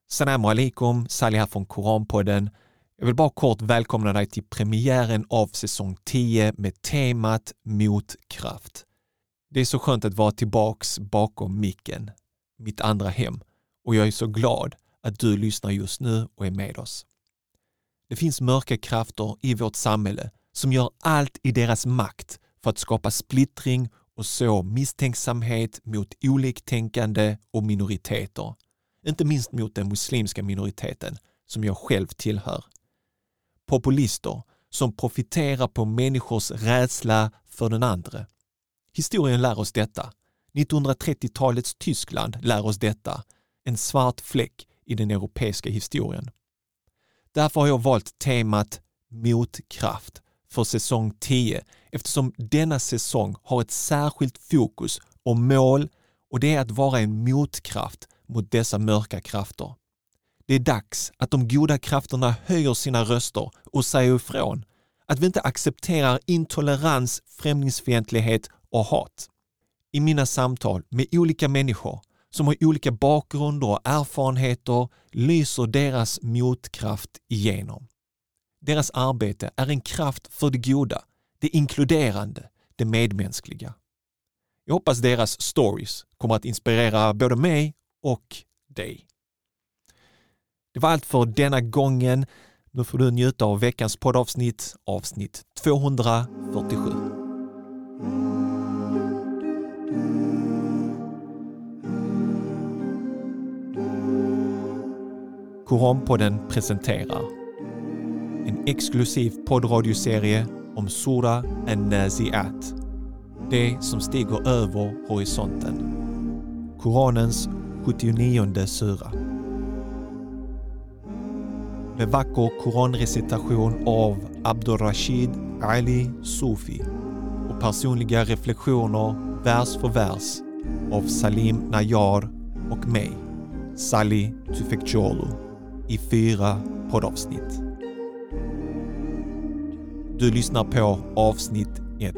Salam alaikum, Sally här från Koranpodden. Jag vill bara kort välkomna dig till premiären av säsong 10 med temat motkraft. Det är så skönt att vara tillbaks bakom micken, mitt andra hem, och jag är så glad att du lyssnar just nu och är med oss. Det finns mörka krafter i vårt samhälle som gör allt i deras makt för att skapa splittring och så misstänksamhet mot oliktänkande och minoriteter. Inte minst mot den muslimska minoriteten som jag själv tillhör. Populister som profiterar på människors rädsla för den andra. Historien lär oss detta. 1930-talets Tyskland lär oss detta. En svart fläck i den europeiska historien. Därför har jag valt temat motkraft för säsong 10 eftersom denna säsong har ett särskilt fokus och mål, och det är att vara en motkraft mot dessa mörka krafter. Det är dags att de goda krafterna höjer sina röster och säger ifrån. Att vi inte accepterar intolerans, främlingsfientlighet och hat. I mina samtal med olika människor som har olika bakgrunder och erfarenheter lyser deras motkraft igenom. Deras arbete är en kraft för det goda, det inkluderande, det medmänskliga. Jag hoppas deras stories kommer att inspirera både mig och dig. Det var allt för denna gången. Nu får du njuta av veckans poddavsnitt, avsnitt 247. Koranpodden presenterar en exklusiv poddradioserie om Sura An-Nazi'at, det som stiger över horisonten. Koranens 79:e sura. Med vacker koranrecitation av Abdurrashid Ali Sufi och personliga reflektioner vers för vers av Salim Najar och mig, Sally Tufekcioglu, i 4 poddavsnitt. Du lyssnar på avsnitt 1.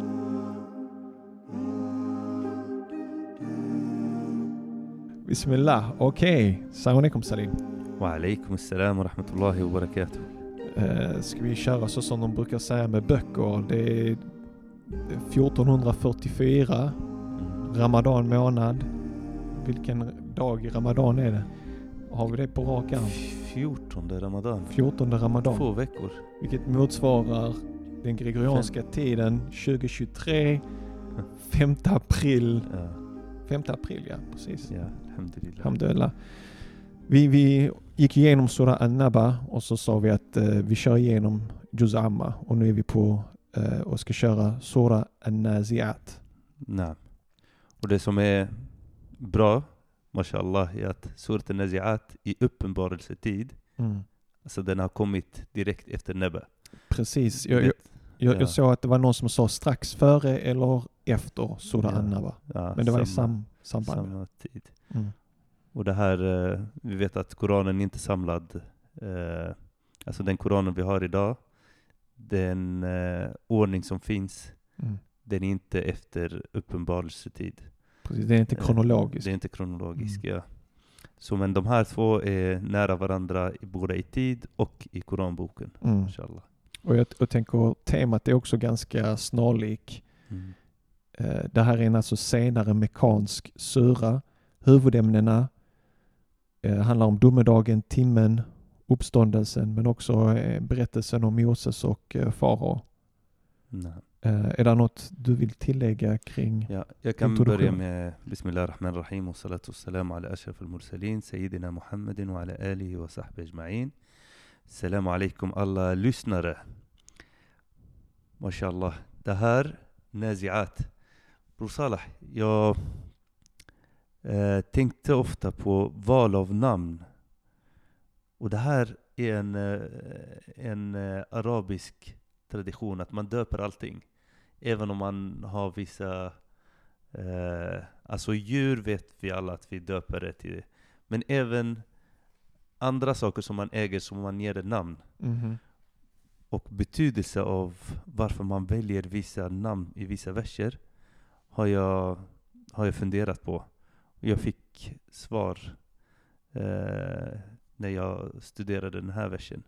Bismillah, okej. Salam alaikum Salim. Wa alaikum assalam wa rahmatullahi wa barakatuh. Ska vi köra så som de brukar säga med böcker? Det är 1444, Ramadan månad. Vilken dag i Ramadan är det? Har vi det på rak arm? 14 Ramadan. 14 Ramadan. 2 veckor. Vilket motsvarar den gregorianska tiden 2023, 5 april. Ja. 5 april, ja, precis. Ja, alhamdulillah. Alhamdulillah. Vi gick igenom Sura An-Naba och så sa vi att vi kör igenom Juz Amma, och nu är vi på och ska köra Sura An-Nazi'at. Nej. Och det som är bra, mashallah, är att Surat An-Nazi'at i uppenbarelsetid, alltså den har kommit direkt efter Naba. Precis. Jag såg att det var någon som sa strax före eller efter Sura An-Naba. Ja, men det var i samband. Samma tid. Och det här, vi vet att Koranen inte är samlad. Alltså den Koranen vi har idag, den ordning som finns, den är inte efter uppenbarelsetid. Precis, det är inte kronologiskt. Det är inte kronologiskt, ja. Så men de här två är nära varandra både i tid och i Koranboken, inshallah. Och jag tänker temat är också ganska snarlik. Det här är en alltså senare mekansk sura. Huvudämnena handlar om domedagen, timmen, uppståndelsen, men också berättelsen om Moses och farao. Är det något du vill tillägga kring? Ja, jag kan börja med Bismillahirrahmanirrahim och salatu wassalamu ala ashraf al-mursalin Sayyidina Muhammadin wa ala alihi wa sahbihi ajma'in. Assalamu alaikum alla lyssnare. Mashallah. Det här, Nazi'at. Bror Salah, jag tänkte ofta på val av namn. Och det här är en arabisk tradition att man döper allting. Även om man har vissa... alltså djur vet vi alla att vi döper det till. Men även andra saker som man äger som man ger ett namn. Och betydelse av varför man väljer vissa namn i vissa verser har jag funderat på. Jag fick svar när jag studerade den här versen.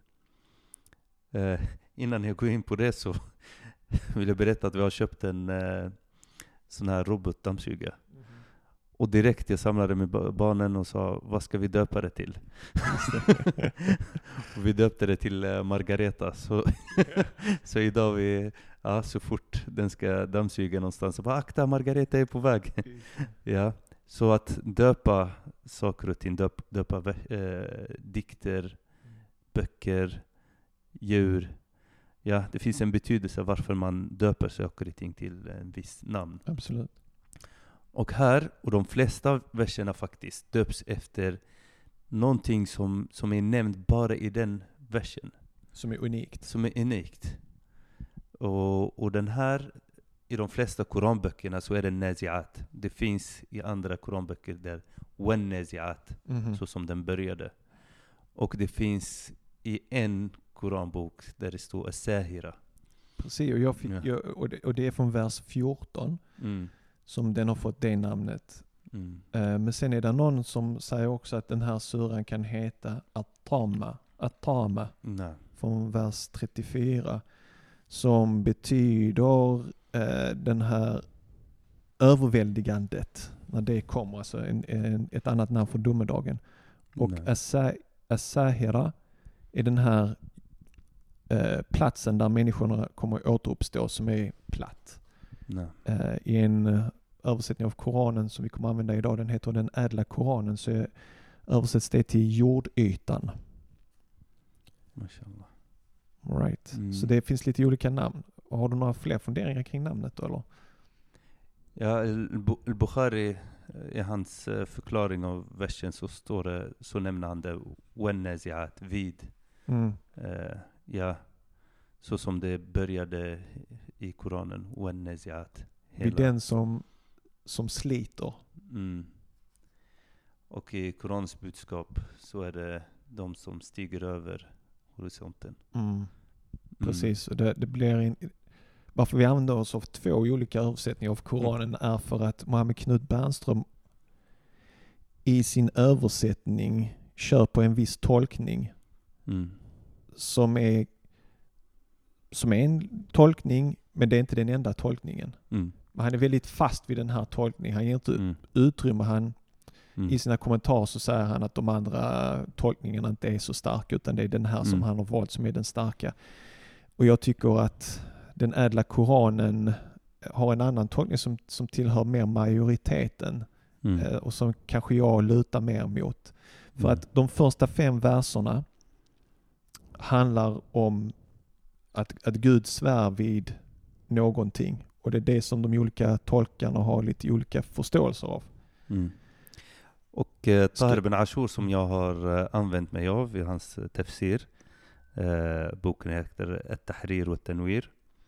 Innan jag går in på det så vill jag berätta att vi har köpt en sån här robotdammsugare. Och direkt jag samlade med barnen och sa, vad ska vi döpa det till? Och vi döpte det till Margareta. Så idag så fort den ska dammsuga någonstans, så bara, akta, Margareta är på väg. Ja. Så att döpa saker och ting, döpa dikter, böcker, djur. Ja, det finns en betydelse varför man döper saker och ting till en viss namn. Absolut. Och här, och de flesta verserna faktiskt, döps efter någonting som är nämnt bara i den versen. Som är unikt. Som är unikt. Och den här, i de flesta koranböckerna så är det nazi'at. Det finns i andra koranböcker där wan nazi'at, så som den började. Och det finns i en koranbok där det står as-sahira. Precis, och det är från vers 14 som den har fått det namnet. Men sen är det någon som säger också att den här suran kan heta At-Tama från vers 34, som betyder den här överväldigandet när det kommer, alltså ett annat namn för domedagen. Och as-sahira är den här platsen där människorna kommer att återuppstå, som är platt. I en översättning av Koranen som vi kommer att använda idag, den heter den ädla Koranen, så översätts det till jordytan. Mashallah. Right. Så det finns lite olika namn. Har du några fler funderingar kring namnet då, eller? Ja, Al-Bukhari, i hans förklaring av versen så nämner han det wan nazi'at, vid. Ja, så som det började i Koranen, wan nazi'at. Vid den som sliter. Och i Korans budskap så är det de som stiger över horisonten. Precis, och det blir varför vi använder oss av 2 olika översättningar av Koranen är för att Mohammed Knut Bernström i sin översättning kör på en viss tolkning som är en tolkning, men det är inte den enda tolkningen. Men han är väldigt fast vid den här tolkningen. Han ger inte utrymme. I sina kommentarer så säger han att de andra tolkningarna inte är så starka, utan det är den här som han har valt som är den starka. Och jag tycker att den ädla Koranen har en annan tolkning som tillhör mer majoriteten och som kanske jag lutar mer mot. För att de första 5 verserna handlar om att Gud svär vid någonting. Och det är det som de olika tolkarna har lite olika förståelser av. Och Tahir ibn Ashur, som jag har använt mig av i hans tafsir, boken heter At-Tahrir och Tanwir.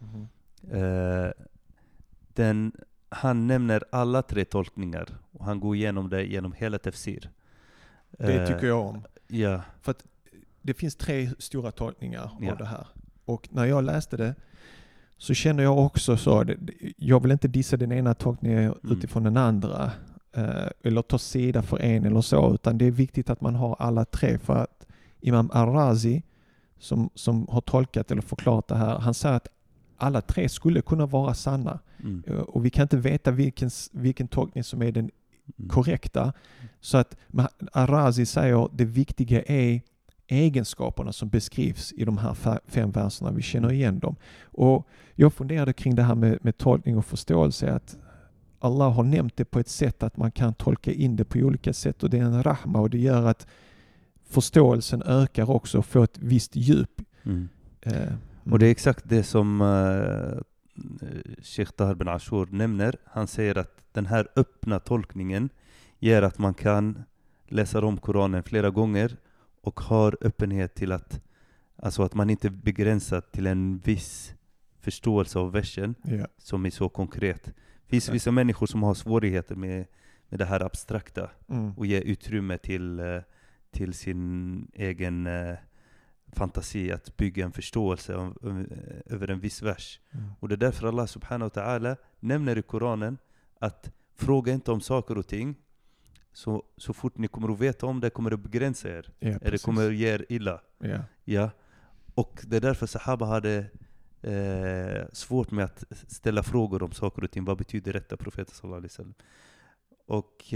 Han nämner alla 3 tolkningar och han går igenom det genom hela tafsir. Det tycker jag om. Ja. För att det finns 3 stora tolkningar av det här. Och när jag läste det så känner jag också så, jag vill inte dissa den ena tolkningen utifrån den andra. Eller ta sida för en eller så, utan det är viktigt att man har alla 3, för att Imam Ar-Razi som har tolkat eller förklarat det här, han säger att alla 3 skulle kunna vara sanna. Och vi kan inte veta vilken tolkning som är den korrekta. Så att Ar-Razi säger det viktiga är egenskaperna som beskrivs i de här 5 verserna. Vi känner igen dem. Och jag funderade kring det här med tolkning och förståelse, att Allah har nämnt det på ett sätt att man kan tolka in det på olika sätt, och det är en rahma, och det gör att förståelsen ökar också och får ett visst djup. Och det är exakt det som Sheikh Tahir ibn Ashur nämner. Han säger att den här öppna tolkningen gör att man kan läsa om Koranen flera gånger och har öppenhet till att man inte är begränsad till en viss förståelse av versen som är så konkret. Det finns vissa människor som har svårigheter med det här abstrakta och ge utrymme till sin egen fantasi att bygga en förståelse över en viss vers. Och det är därför Allah subhanahu wa ta'ala nämner i Koranen att fråga inte om saker och ting Så fort ni kommer att veta om det kommer det begränsa er. Eller kommer att ge er illa. Ja. Och det är därför sahaba hade svårt med att ställa frågor om saker och ting. Vad betyder detta, profeten sallallahu alaihi wasallam? Och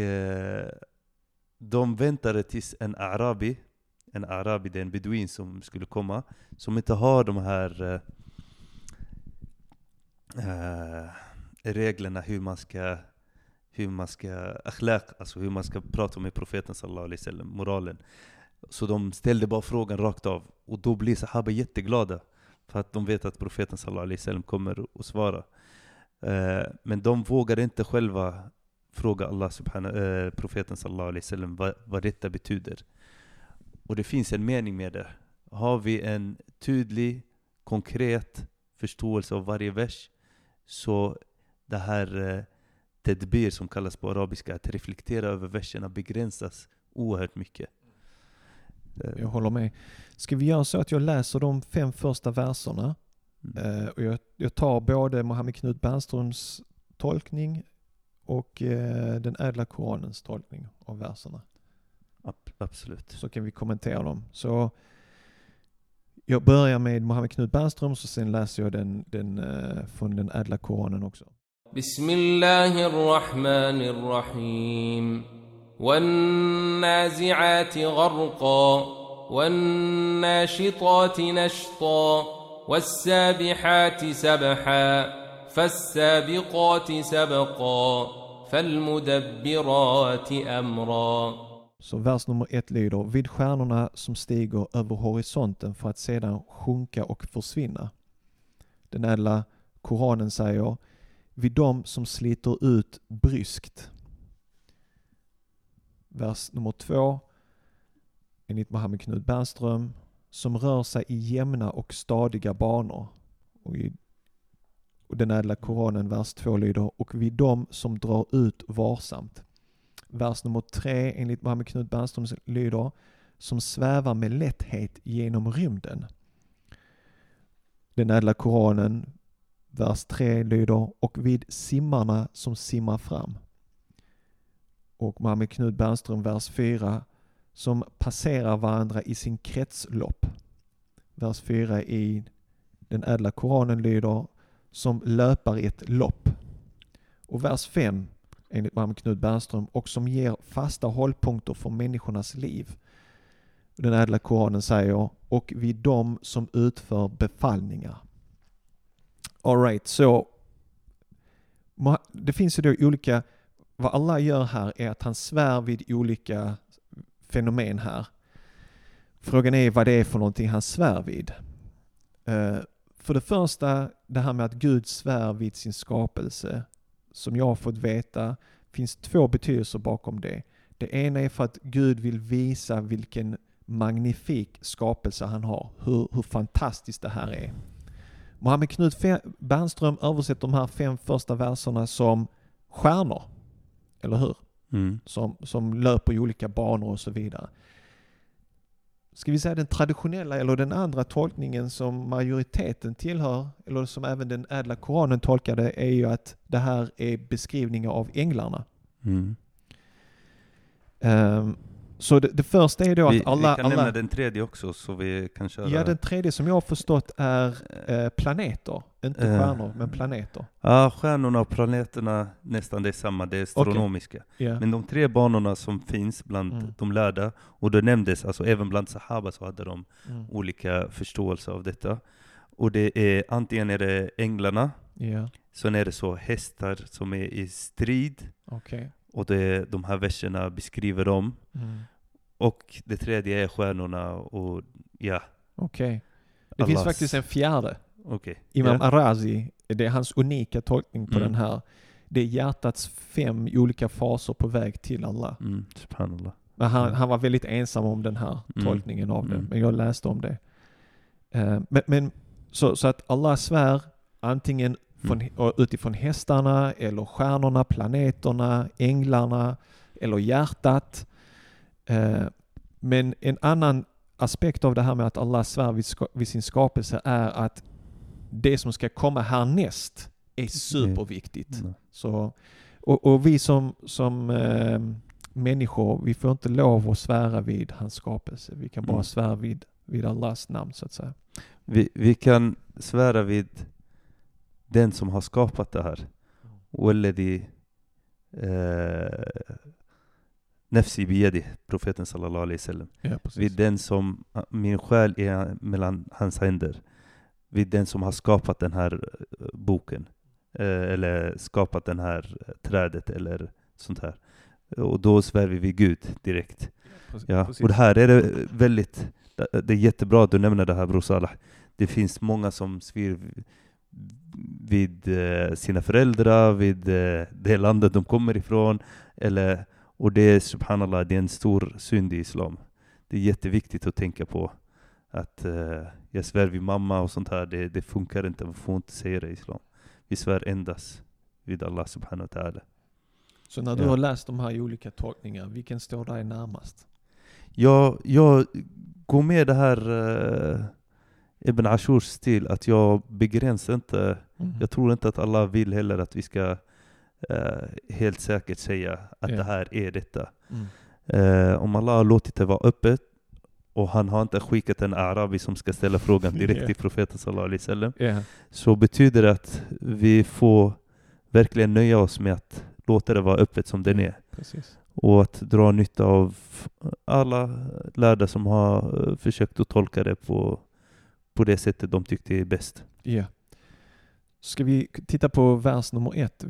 de väntade tills en arabi, det är en beduin som skulle komma, som inte har de här reglerna hur man ska akhlaq, alltså hur man ska prata med profeten sallallahu alaihi wasallam, moralen. Så de ställde bara frågan rakt av, och då blir sahaba jätteglada för att de vet att profeten sallallahu alaihi wasallam kommer att svara. Men de vågade inte själva fråga Allah profeten sallallahu alaihi wasallam vad detta betyder. Och det finns en mening med det. Har vi en tydlig, konkret förståelse av varje vers, så det här tedbir som kallas på arabiska, att reflektera över verserna, begränsas oerhört mycket. Jag håller med. Ska vi göra så att jag läser de 5 första verserna? Och jag tar både Mohammed Knut Bernströms tolkning och den ädla Koranens tolkning av verserna. Absolut. Så kan vi kommentera dem. Så jag börjar med Mohammed Knut Bernström, så sen läser jag den från den ädla Koranen också. Bismillahirrahmanirrahim. والنازعات غرقا والناشطات نشطا والسابحات سبحا فالسابقات سبقا فالمدبرات أمرا. Så vers nummer 1 lyder: vid stjärnorna som stiger över horisonten för att sedan sjunka och försvinna. Den ädla Koranen säger: vid dem som sliter ut bryskt. Vers nummer 2, enligt Mohammed Knut Bernström, som rör sig i jämna och stadiga banor. Och den ädla Koranen, vers 2 lyder: och vid dem som drar ut varsamt. Vers nummer 3, enligt Mohammed Knut Bernström, lyder: som svävar med lätthet genom rymden. Den ädla Koranen, vers 3 lyder: och vid simmarna som simmar fram. Och Mohammed Knut Bernström, vers 4, som passerar varandra i sin kretslopp. Vers 4 i den ädla Koranen lyder: som löpar i ett lopp. Och vers 5, enligt Mohammed Knut Bernström, och som ger fasta hållpunkter för människornas liv. Den ädla Koranen säger: och vid dem som utför befallningar. All right, så det finns ju då olika. Vad Allah gör här är att han svär vid olika fenomen här. Frågan är vad det är för någonting han svär vid. För det första, det här med att Gud svär vid sin skapelse, som jag har fått veta, finns 2 betydelser bakom det. Det ena är för att Gud vill visa vilken magnifik skapelse han har. Hur fantastiskt det här är. Mohammed Knut Bernström översätter de här 5 första verserna som stjärnor. Eller hur? Som löper i olika banor och så vidare. Ska vi säga den traditionella eller den andra tolkningen som majoriteten tillhör, eller som även den ädla Koranen tolkade, är ju att det här är beskrivningar av änglarna. Så det första är då att alla... Vi kan nämna den tredje också, så vi kan köra... Ja, den tredje som jag har förstått är planeter. Inte stjärnor, men planeter. Ja, stjärnorna och planeterna nästan det är samma, det är astronomiska. Okay. Yeah. Men de 3 banorna som finns bland de lärda, och det nämndes, alltså även bland sahaba så hade de olika förståelse av detta. Och det är, antingen är det änglarna, sen är det så hästar som är i strid. Okay. Och de här verserna beskriver dem. Och det tredje är stjärnorna och ja. Okej. Det finns faktiskt en fjärde. Imam Arazi, det är hans unika tolkning på den här. Det är hjärtats 5 olika faser på väg till Allah. Subhanallah. Men han var väldigt ensam om den här tolkningen av det. Men jag läste om det. Så att Allah svär antingen utifrån hästarna eller stjärnorna, planeterna, änglarna eller hjärtat. Men en annan aspekt av det här med att Allah svär vid sin skapelse är att det som ska komma härnäst är superviktigt. Så, och vi som människor, vi får inte lov att svära vid hans skapelse. Vi kan bara svära vid Allahs namn, så att säga. Vi kan svära vid den som har skapat det här. Walladhi nafsi biyadi, profeten sallallahu alaihi wasallam. Ja, precis. Vid den som, min själ är mellan hans händer. Vid den som har skapat den här boken. Eller skapat den här trädet eller sånt här. Och då svär vi vid Gud direkt. Ja. Och det här är det är jättebra att du nämner det här, Bror Salah. Det finns många som svir vid sina föräldrar, vid det landet de kommer ifrån. Och det är, subhanallah, det är en stor synd i islam. Det är jätteviktigt att tänka på att jag svär vid mamma och sånt här. Det funkar inte, man får inte säga det i islam. Vi svär endast vid Allah subhanahu wa ta'ala. Så när du har läst de här olika tolkningarna, vilken står dig närmast? Jag går med det här Ibn Ashurs stil, att jag begränsar inte. Jag tror inte att Allah vill heller att vi ska helt säkert säga att det här är detta. Om Allah har låtit det vara öppet och han har inte skickat en arabi som ska ställa frågan direkt till profeten sallallahu alaihi wasallam, så betyder det att vi får verkligen nöja oss med att låta det vara öppet som den är. Precis. Och att dra nytta av alla lärda som har försökt att tolka det på det sättet de tyckte är bäst. Ja. Ska vi titta på vers nummer 1?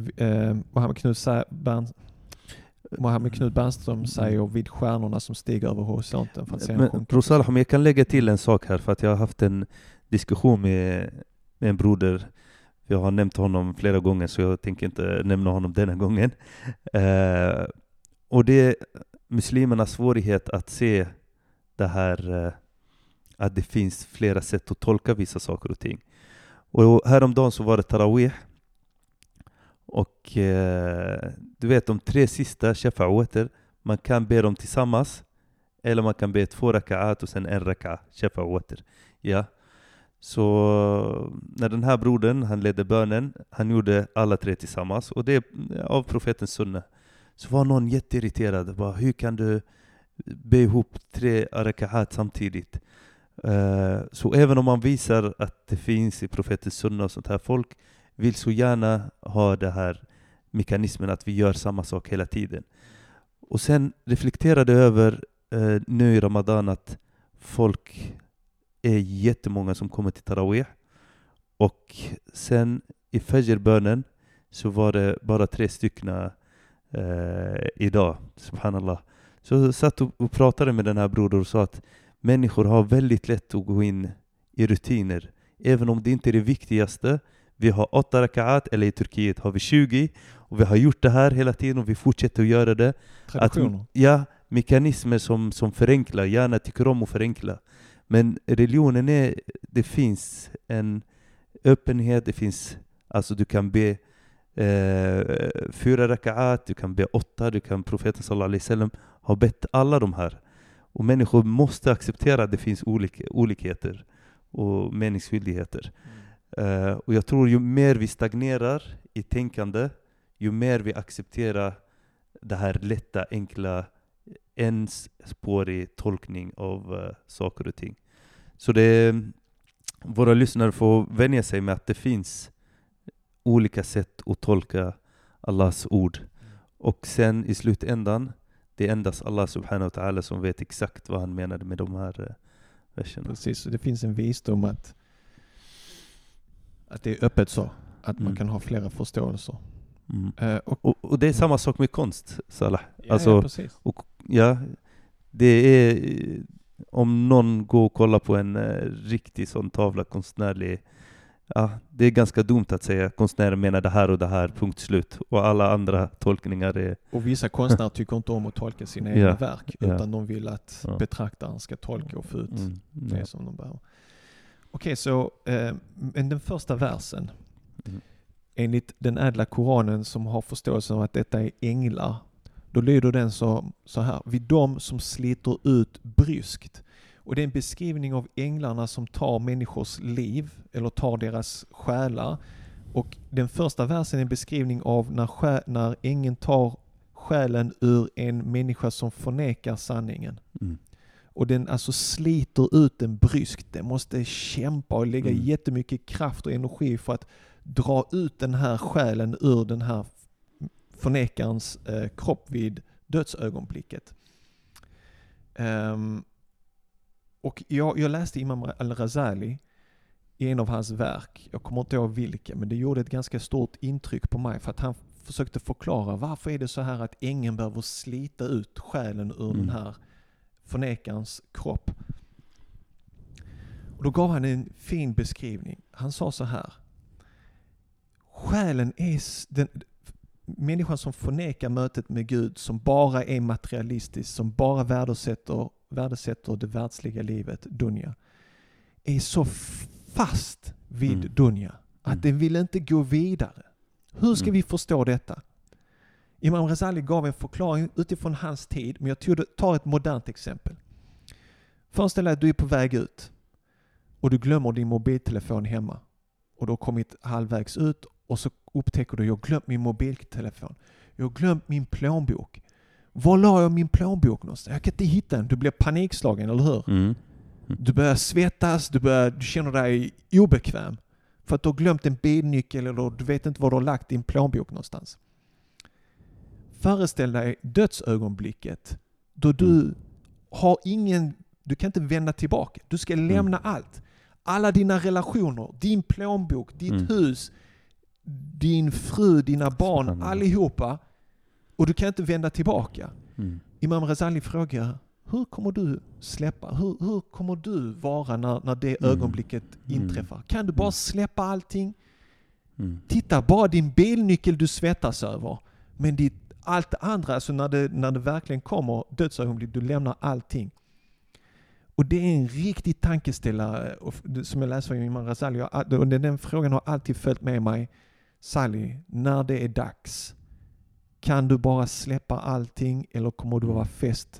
Mohammed Knut Bernström säger vid stjärnorna som stiger över horisonten. Men Rosalah, om jag kan lägga till en sak här, för att jag har haft en diskussion med en broder. Jag har nämnt honom flera gånger, så jag tänker inte nämna honom denna gången. Och det är muslimernas svårighet att se det här, att det finns flera sätt att tolka vissa saker och ting. Och häromdagen så var det tarawih. Och du vet, de 3 sista shafa' och witr, man kan be dem tillsammans, eller man kan be 2 raka'at och sen 1 raka' shafa' och witr. Ja. Så när den här brodern, han ledde bönen, han gjorde alla 3 tillsammans, och det är av profetens sunna. Så var någon jätteirriterad. Bara, hur kan du be ihop 3 raka'at samtidigt? Så även om man visar att det finns i profetens sunna och sånt här, folk vill så gärna ha det här mekanismen att vi gör samma sak hela tiden. Och sen reflekterade över nu i Ramadan att folk är jättemånga som kommer till tarawih. Och sen i fajrbönen så var det bara 3 stycken idag, subhanallah. Så jag satt och pratade med den här brodern och sa att människor har väldigt lätt att gå in i rutiner. Även om det inte är det viktigaste. Vi har 8 raka'at, eller i Turkiet har vi 20. Och vi har gjort det här hela tiden och vi fortsätter att göra det. Traditioner. Mekanismer som förenklar. Gärna tycker om att förenkla. Men religionen det finns en öppenhet. Det finns, alltså du kan be 4 raka'at, du kan be 8, du kan, profeten sallallahu alaihi wasallam har bett alla de här. Och människor måste acceptera att det finns olikheter och meningsskyldigheter. Och jag tror ju mer vi stagnerar i tänkande, ju mer vi accepterar det här lätta, enkla, enspårig tolkning av saker och ting. Så våra lyssnare får vänja sig med att det finns olika sätt att tolka Allahs ord. Och sen i slutändan, det är endast Allah subhanahu wa ta'ala som vet exakt vad han menade med de här verserna. Precis, det finns en visdom att det är öppet så. Att man kan ha flera förståelser. Och det är samma sak med konst, Salah. Ja, precis. Det är, om någon går och kollar på en riktig sån tavla, konstnärlig, det är ganska dumt att säga konstnären menar det här och det här, punkt slut. Och alla andra tolkningar är... Och vissa konstnärer tycker inte om att tolka sina egna verk, utan de vill att betraktaren ska tolka och få ut det som de behöver. Okej, så men den första versen, enligt den ädla Koranen som har förståelsen av att detta är änglar, då lyder den så här: vid dem som sliter ut bryskt. Och det är en beskrivning av änglarna som tar människors liv eller tar deras själar. Och den första versen är en beskrivning av när ängeln tar själen ur en människa som förnekar sanningen. Mm. Och den alltså sliter ut den bryskt. Den måste kämpa och lägga jättemycket kraft och energi för att dra ut den här själen ur den här förnekarens kropp vid dödsögonblicket. Och jag läste Imam al-Ghazali i en av hans verk. Jag kommer inte ihåg vilka, men det gjorde ett ganska stort intryck på mig för att han försökte förklara varför är det så här att ingen behöver slita ut själen ur den här förnekarens kropp. Och då gav han en fin beskrivning. Han sa så här: själen är människan som förnekar mötet med Gud, som bara är materialistisk, som bara värdesätter det världsliga livet, dunya, är så fast vid dunya att den vill inte gå vidare. Hur ska vi förstå detta? Imam Ghazali gav en förklaring utifrån hans tid, men jag tar ett modernt exempel. Föreställ dig att du är på väg ut och du glömmer din mobiltelefon hemma. Och du har kommit halvvägs ut och så upptäcker du att jag har glömt min mobiltelefon. Jag har glömt min plånbok. Var la jag min plånbok någonstans? Jag kan inte hitta den. Du blir panikslagen, eller hur? Du börjar svettas, du känner dig obekväm. För att du har glömt en bilnyckel eller du vet inte var du har lagt din plånbok någonstans. Föreställ dig dödsögonblicket då du kan inte vända tillbaka. Du ska lämna allt. Alla dina relationer, din plånbok, ditt hus, din fru, dina barn, allihopa. Och du kan inte vända tillbaka. Imam Ghazali frågar: hur kommer du släppa? Hur kommer du vara när det ögonblicket inträffar? Kan du bara släppa allting? Titta, bara din bilnyckel du svettas över. Men allt det andra, alltså när det verkligen kommer dödsögonblick, du lämnar allting. Och det är en riktig tankeställare som jag läser i Imam Ghazali. Och den frågan har alltid följt med mig. Sally, när det är dags, kan du bara släppa allting eller kommer du vara fäst?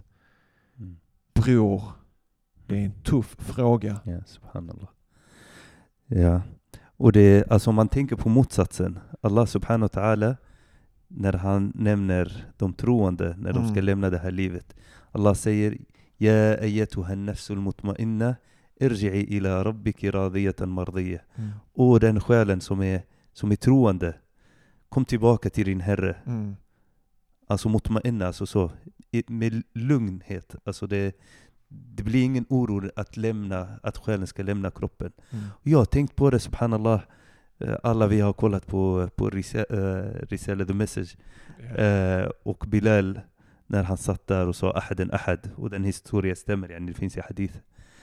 Bror, det är en tuff fråga. Ja, subhanallah. Ja, och det, alltså om man tänker på motsatsen, Allah subhanahu wa ta'ala, när han nämner de troende när de ska lämna det här livet. Allah säger: Ja ayyatuha nafsul mutma'inna irji'i ila rabbiki radiyatan mardiyya. Och den själen som är troende, kom tillbaka till din Herre. Alltså mutma'inna, alltså så med lugnhet. Alltså det blir ingen oro att själen ska lämna kroppen. Och jag har tänkt på det, subhanallah. Alla vi har kollat på Risale the Message. Och Bilal, när han satt där och sa ahaden ahad, och den historien stämmer, yani det finns i hadith.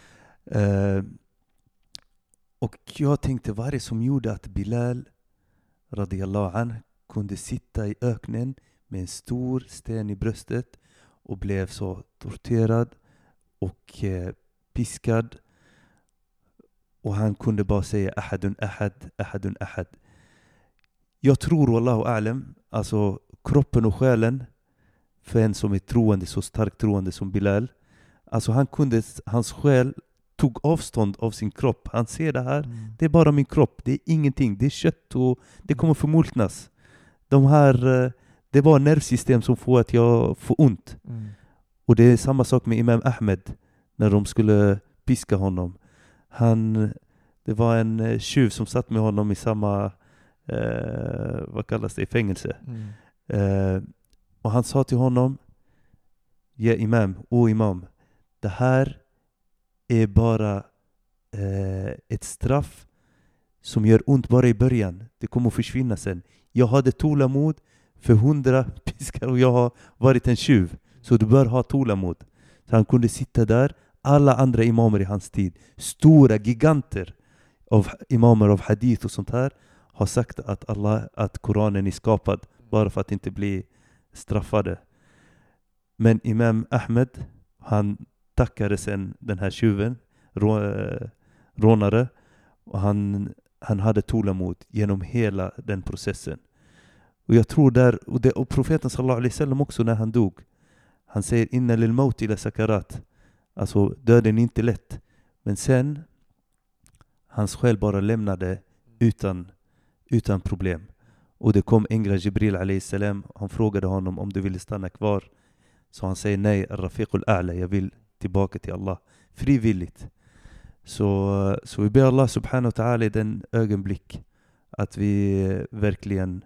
Och jag tänkte, vad är det som gjorde att Bilal radiyallahu anh kunde sitta i öknen med en stor sten i bröstet och blev så torterad och piskad, och han kunde bara säga ahadun ahad, ahadun ahad. Jag tror, wallahu a'lam, alltså kroppen och själen för en som är troende, så starkt troende som Bilal, alltså hans själ tog avstånd av sin kropp. Han ser det här, det är bara min kropp, det är ingenting, det är kött och det kommer förmultnas. Det var nervsystem som får att jag får ont. Och det är samma sak med Imam Ahmed när de skulle piska honom. Det var en tjuv som satt med honom i samma vad kallas det, i fängelse. Och han sa till honom: Ja imam, imam, det här är bara ett straff som gör ont bara i början. Det kommer att försvinna sen. Jag hade tålamod för 100 piskar och jag har varit en tjuv. Så du bör ha tålamod. Så han kunde sitta där. Alla andra imamer i hans tid, stora giganter av imamer av hadith och sånt här, har sagt att Koranen är skapad bara för att inte bli straffade. Men Imam Ahmed, han tackade sen den här tjuven, rånare, och han hade tålamod genom hela den processen. Och jag tror och profeten sallallahu alaihi wasallam också, när han dog, han säger inna lil maut ila sakarat. Alltså döden är inte lätt. Men sen hans själ bara lämnade utan problem. Och det kom änglar Jibril alayhi salam. Han frågade honom om du ville stanna kvar. Så han säger nej, Ar-Rafiqul A'la, jag vill tillbaka till Allah. Frivilligt. Så vi ber Allah subhanahu wa ta'ala i den ögonblick att vi verkligen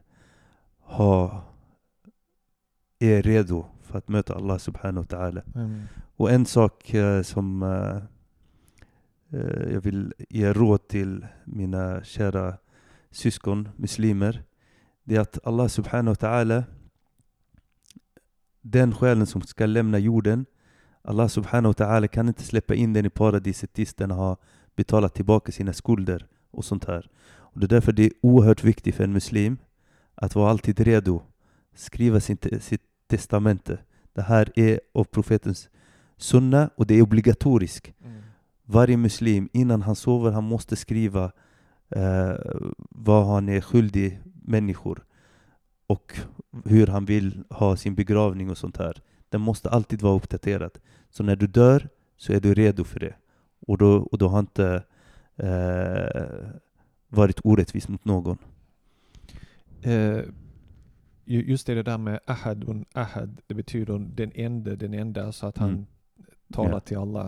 är redo för att möta Allah subhanahu wa ta'ala. Och en sak som jag vill ge råd till mina kära syskon, muslimer, det är att Allah subhanahu wa ta'ala, den själen som ska lämna jorden, Allah subhanahu wa ta'ala kan inte släppa in den i paradiset tills den har betalat tillbaka sina skulder och sånt här. Och det är därför det är oerhört viktigt för en muslim att vara alltid redo, skriva sitt testamente. Det här är av profetens sunna och det är obligatoriskt. Varje muslim innan han sover, han måste skriva vad han är skyldig människor och hur han vill ha sin begravning och sånt här. Den måste alltid vara uppdaterad. Så när du dör så är du redo för det. Och då har inte varit orättvis mot någon. Just det där med ahad, det betyder den enda så att han talar till alla.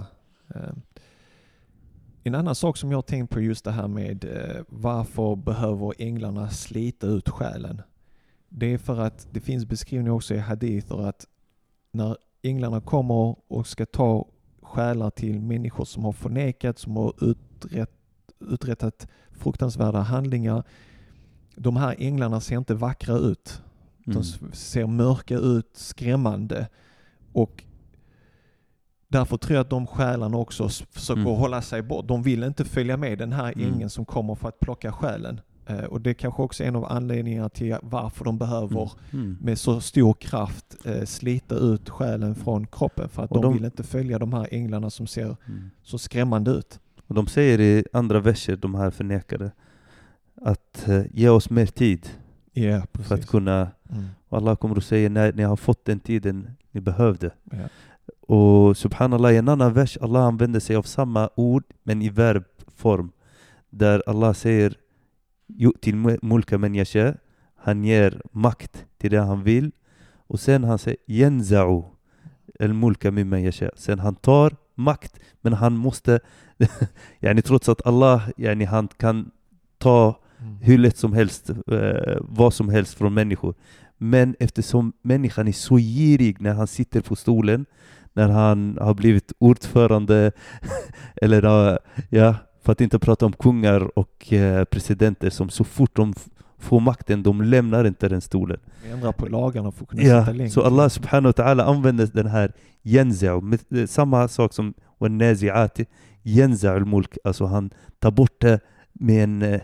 En annan sak som jag har tänkt på just det här med varför behöver änglarna slita ut själen. Det är för att det finns beskrivningar också i hadither att när änglarna kommer och ska ta själar till människor som har förnekat, som har uträttat fruktansvärda handlingar. De här änglarna ser inte vackra ut. De ser mörka ut, skrämmande. Och därför tror jag att de själarna också försöker hålla sig bort. De vill inte följa med den här ängeln som kommer för att plocka själen. Och det är kanske också en av anledningarna till varför de behöver med så stor kraft slita ut själen från kroppen. För att de vill inte följa de här änglarna som ser så skrämmande ut. Och de säger i andra verser, de här förnekade, att ge oss mer tid för att kunna... Och Allah kommer att säga när ni har fått den tiden ni behövde. Och subhanallah, i en annan vers, Allah använder sig av samma ord men i verbform. Där Allah säger till mulka men yasha, han ger makt till det han vill. Och sen han säger yanza'u al-mulka mimman yasha. Sen han tar makt, men han måste yani, trots att Allah yani, han kan ta hur lätt som helst vad som helst från människor. Men eftersom människan är så girig när han sitter på stolen, när han har blivit ordförande eller för att inte prata om kungar och presidenter som så fort de får makten, de lämnar inte den stolen. Vi ändrar på lagarna för att kunna sitta längre. Så Allah subhanahu wa ta'ala använder den här yanza'u, samma sak som nazi'ati, yanza'u al-mulk, alltså han tar bort det med en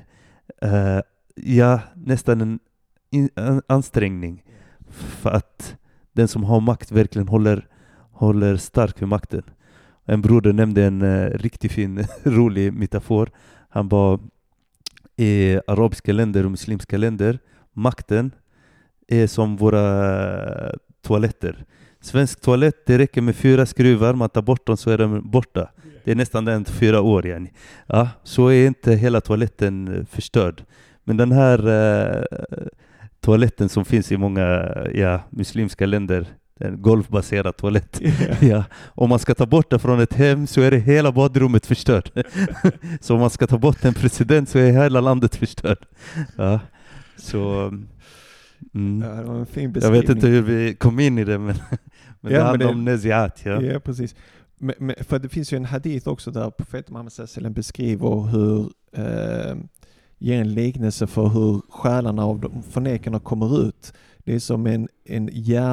nästan en ansträngning för att den som har makt verkligen håller stark vid makten. En broder nämnde en riktigt fin, rolig metafor. Han bara, i arabiska länder och muslimska länder, makten är som våra toaletter. Svensk toalett, det räcker med 4 skruvar, man tar bort dem så är de borta. Det är nästan den 4 år igen. Ja, så är inte hela toaletten förstörd. Men den här toaletten som finns i många muslimska länder, en golfbaserad toalett. Om man ska ta bort det från ett hem så är det hela badrummet förstört. Så om man ska ta bort en president så är hela landet förstört. Ja. Så det var en fin beskrivning. jag vet inte hur vi kom in i det, men det handlar om naziat. Ja, precis. Men för det finns ju en hadith också där profeten Muhammed sallallahu beskriver hur ger en liknelse för hur själarna av de förnekarna kommer ut. Det är som en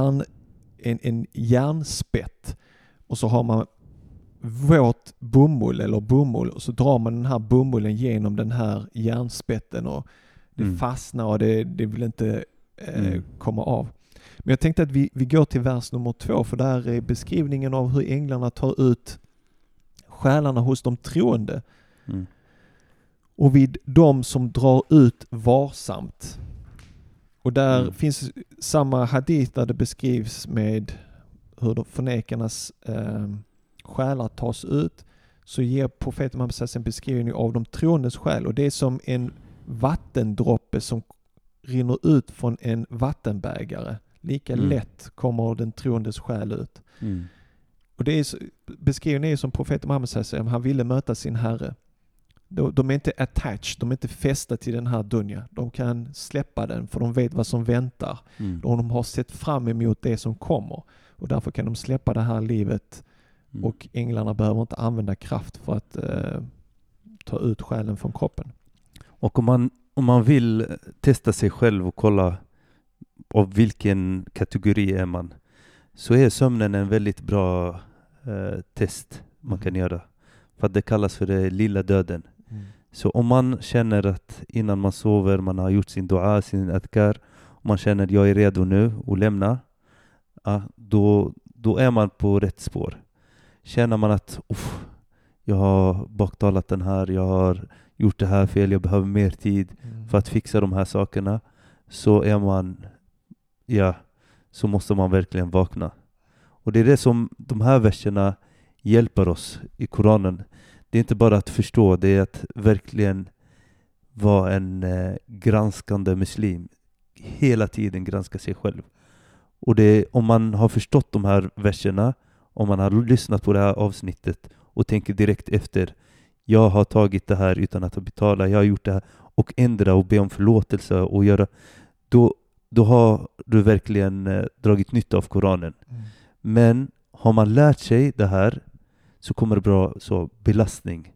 järnspett och så har man våt bomull och så drar man den här bomullen genom den här järnspetten och det fastnar och det vill inte komma av. Men jag tänkte att vi går till vers nummer 2, för där är beskrivningen av hur änglarna tar ut själarna hos de troende. Och vid de som drar ut varsamt. Och där finns samma hadith där det beskrivs med hur förnekarnas själar tas ut. Så ger profeten Muhammed en beskrivning av de troendes själ. Och det är som en vattendroppe som rinner ut från en vattenbägare. Lika lätt kommer den troendes själ ut. Och det är beskrivningen är som profeten Muhammed säger, han ville möta sin herre. De är inte attached, de är inte fästa till den här dunja. De kan släppa den för de vet vad som väntar. Och de har sett fram emot det som kommer. Och därför kan de släppa det här livet. Och änglarna behöver inte använda kraft för att ta ut själen från kroppen. Och om man vill testa sig själv och kolla av vilken kategori är man, så är sömnen en väldigt bra test man kan göra. För att det kallas för det lilla döden. Så om man känner att innan man sover, man har gjort sin dua, sin adkar, och man känner att jag är redo nu att lämna, då är man på rätt spår. Känner man att jag har baktalat den här, jag har gjort det här fel, jag behöver mer tid för att fixa de här sakerna, så är man, så måste man verkligen vakna. Och det är det som de här verserna hjälper oss i Koranen. Det är inte bara att förstå, det är att verkligen vara en granskande muslim. Hela tiden granska sig själv. Och om man har förstått de här verserna, om man har lyssnat på det här avsnittet och tänker direkt efter, jag har tagit det här utan att betala, jag har gjort det här, och ändra och be om förlåtelse och göra, då har du verkligen dragit nytta av Koranen. Men har man lärt sig det här, så kommer det bra belastning.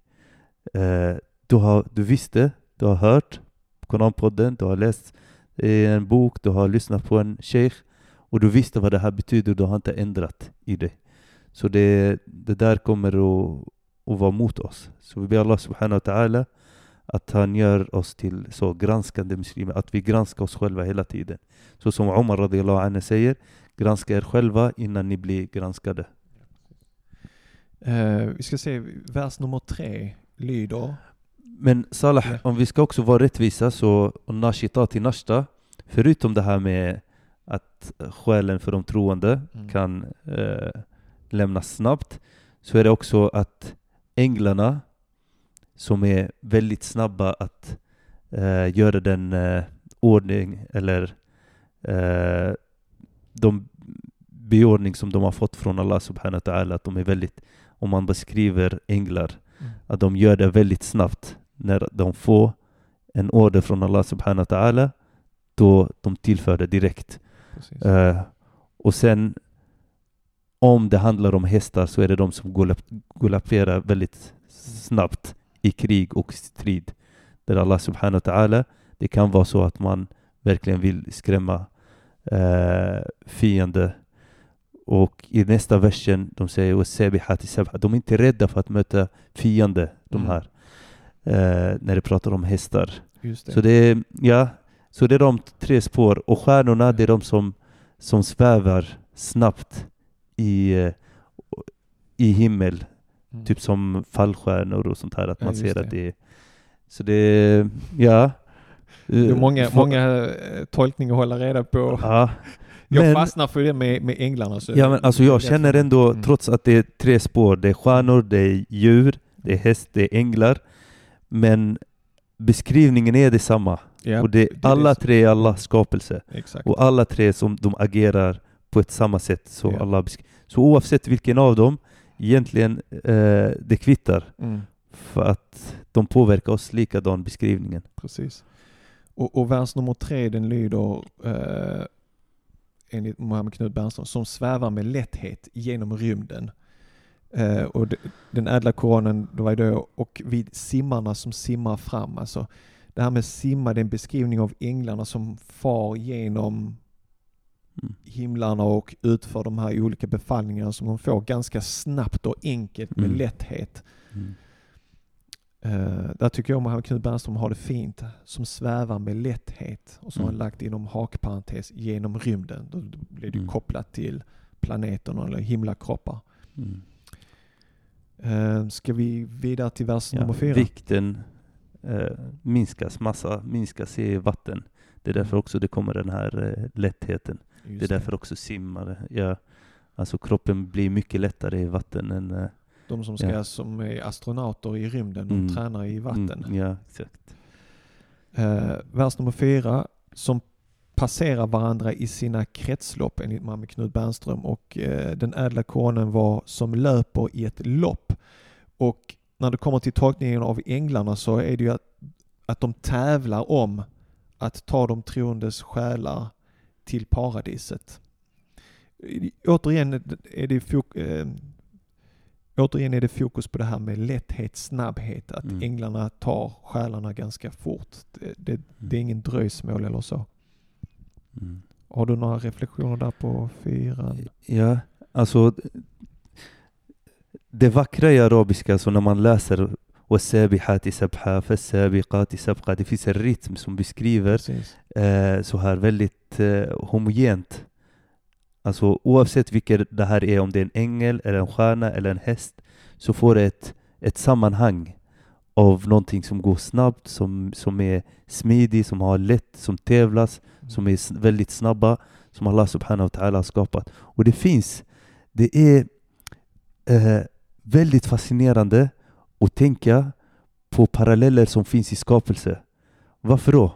Du visste, du har hört Koranpodden, du har läst en bok, du har lyssnat på en sheikh, och du visste vad det här betyder, du har inte ändrat i det. Så det där kommer att vara mot oss. Så vi ber Allah subhanahu wa ta'ala att han gör oss till så granskande muslimer, att vi granskar oss själva hela tiden. Så som Umar radiyallahu anhu säger, granska er själva innan ni blir granskade. Vi ska se, vers nummer 3 lyder. Men Salah, om vi ska också vara rättvisa, så nashita till nashta, förutom det här med att själen för de troende kan lämnas snabbt, så är det också att änglarna, som är väldigt snabba att göra den ordning eller de beordning som de har fått från Allah subhanahu wa ta'ala, att de är väldigt, om man beskriver änglar, att de gör det väldigt snabbt. När de får en order från Allah subhanahu wa ta'ala, då de tillför det direkt. Och sen om det handlar om hästar, så är det de som galopperar väldigt snabbt i krig och strid. Där Allah subhanahu wa ta'ala, det kan vara så att man verkligen vill skrämma fiende. Och i nästa versen, de säger de är inte rädda för att möta fiende, de här. När de pratar om hästar. Just det. Så det är de 3 spår. Och stjärnorna, det är de som svävar snabbt i himmel. Typ som fallstjärnor och sånt här. Att man ser att det är... Så det är... Det är många tolkningar att hålla reda på. Ja. Jag fastnar för det med änglarna. Så men alltså jag känner ändå, trots att det är 3 spår, det är stjärnor, det är djur, det är häst, det är änglar, men beskrivningen är detsamma. Ja, och alla 3 är Allahs skapelse. Exakt. Och alla 3 som de agerar på ett samma sätt. Så oavsett vilken av dem, egentligen det kvittar. För att de påverkar oss likadan, beskrivningen. Precis. Och vers nummer 3, den lyder enligt Mohammed Knut Bernström, som svävar med lätthet genom rymden. Och den ädla Koranen, det var då, och vid simmarna som simmar fram. Alltså det här med simma, det är en beskrivning av änglarna som far genom himlarna och utför de här olika befallningarna som de får ganska snabbt och enkelt med lätthet. Där tycker jag Mohammed Knut Bernström har det fint, som svävar med lätthet, och så har han lagt inom hakparentes genom rymden. Då blir det kopplat till planeterna eller himlakroppar. Ska vi vidare till vers nummer 4? Vikten minskas i vatten. Det är därför också det kommer den här lättheten. Just det är därför också simmare. Alltså kroppen blir mycket lättare i vatten än... De som som är astronauter i rymden, de tränar i vatten. Ja, exakt. Vers nummer 4. som passerar varandra i sina kretslopp enligt Mohammed Knut Bernström, och den ädla koranen var som löper i ett lopp. Och när det kommer till tolkningen av änglarna så är det ju att de tävlar om att ta de troendes själar till paradiset. Återigen är det fokus på det här med lätthet, snabbhet, att änglarna tar själarna ganska fort. Det är ingen dröjsmål eller så. Har du några reflektioner där på 4? Ja, alltså det vackra i arabiska, så när man läser وَالسَّابِحَاتِ سَبْحًا فَالسَّابِقَاتِ سَبْقًا, det finns en rytm som beskriver så här väldigt homogent. Alltså oavsett vilket det här är, om det är en ängel eller en stjärna eller en häst, så får det ett sammanhang av någonting som går snabbt, som är smidig, som har lätt, som tävlas, som är väldigt snabba, som Allah subhanahu wa ta'ala har skapat. Och det är väldigt fascinerande att tänka på paralleller som finns i skapelse. Varför då?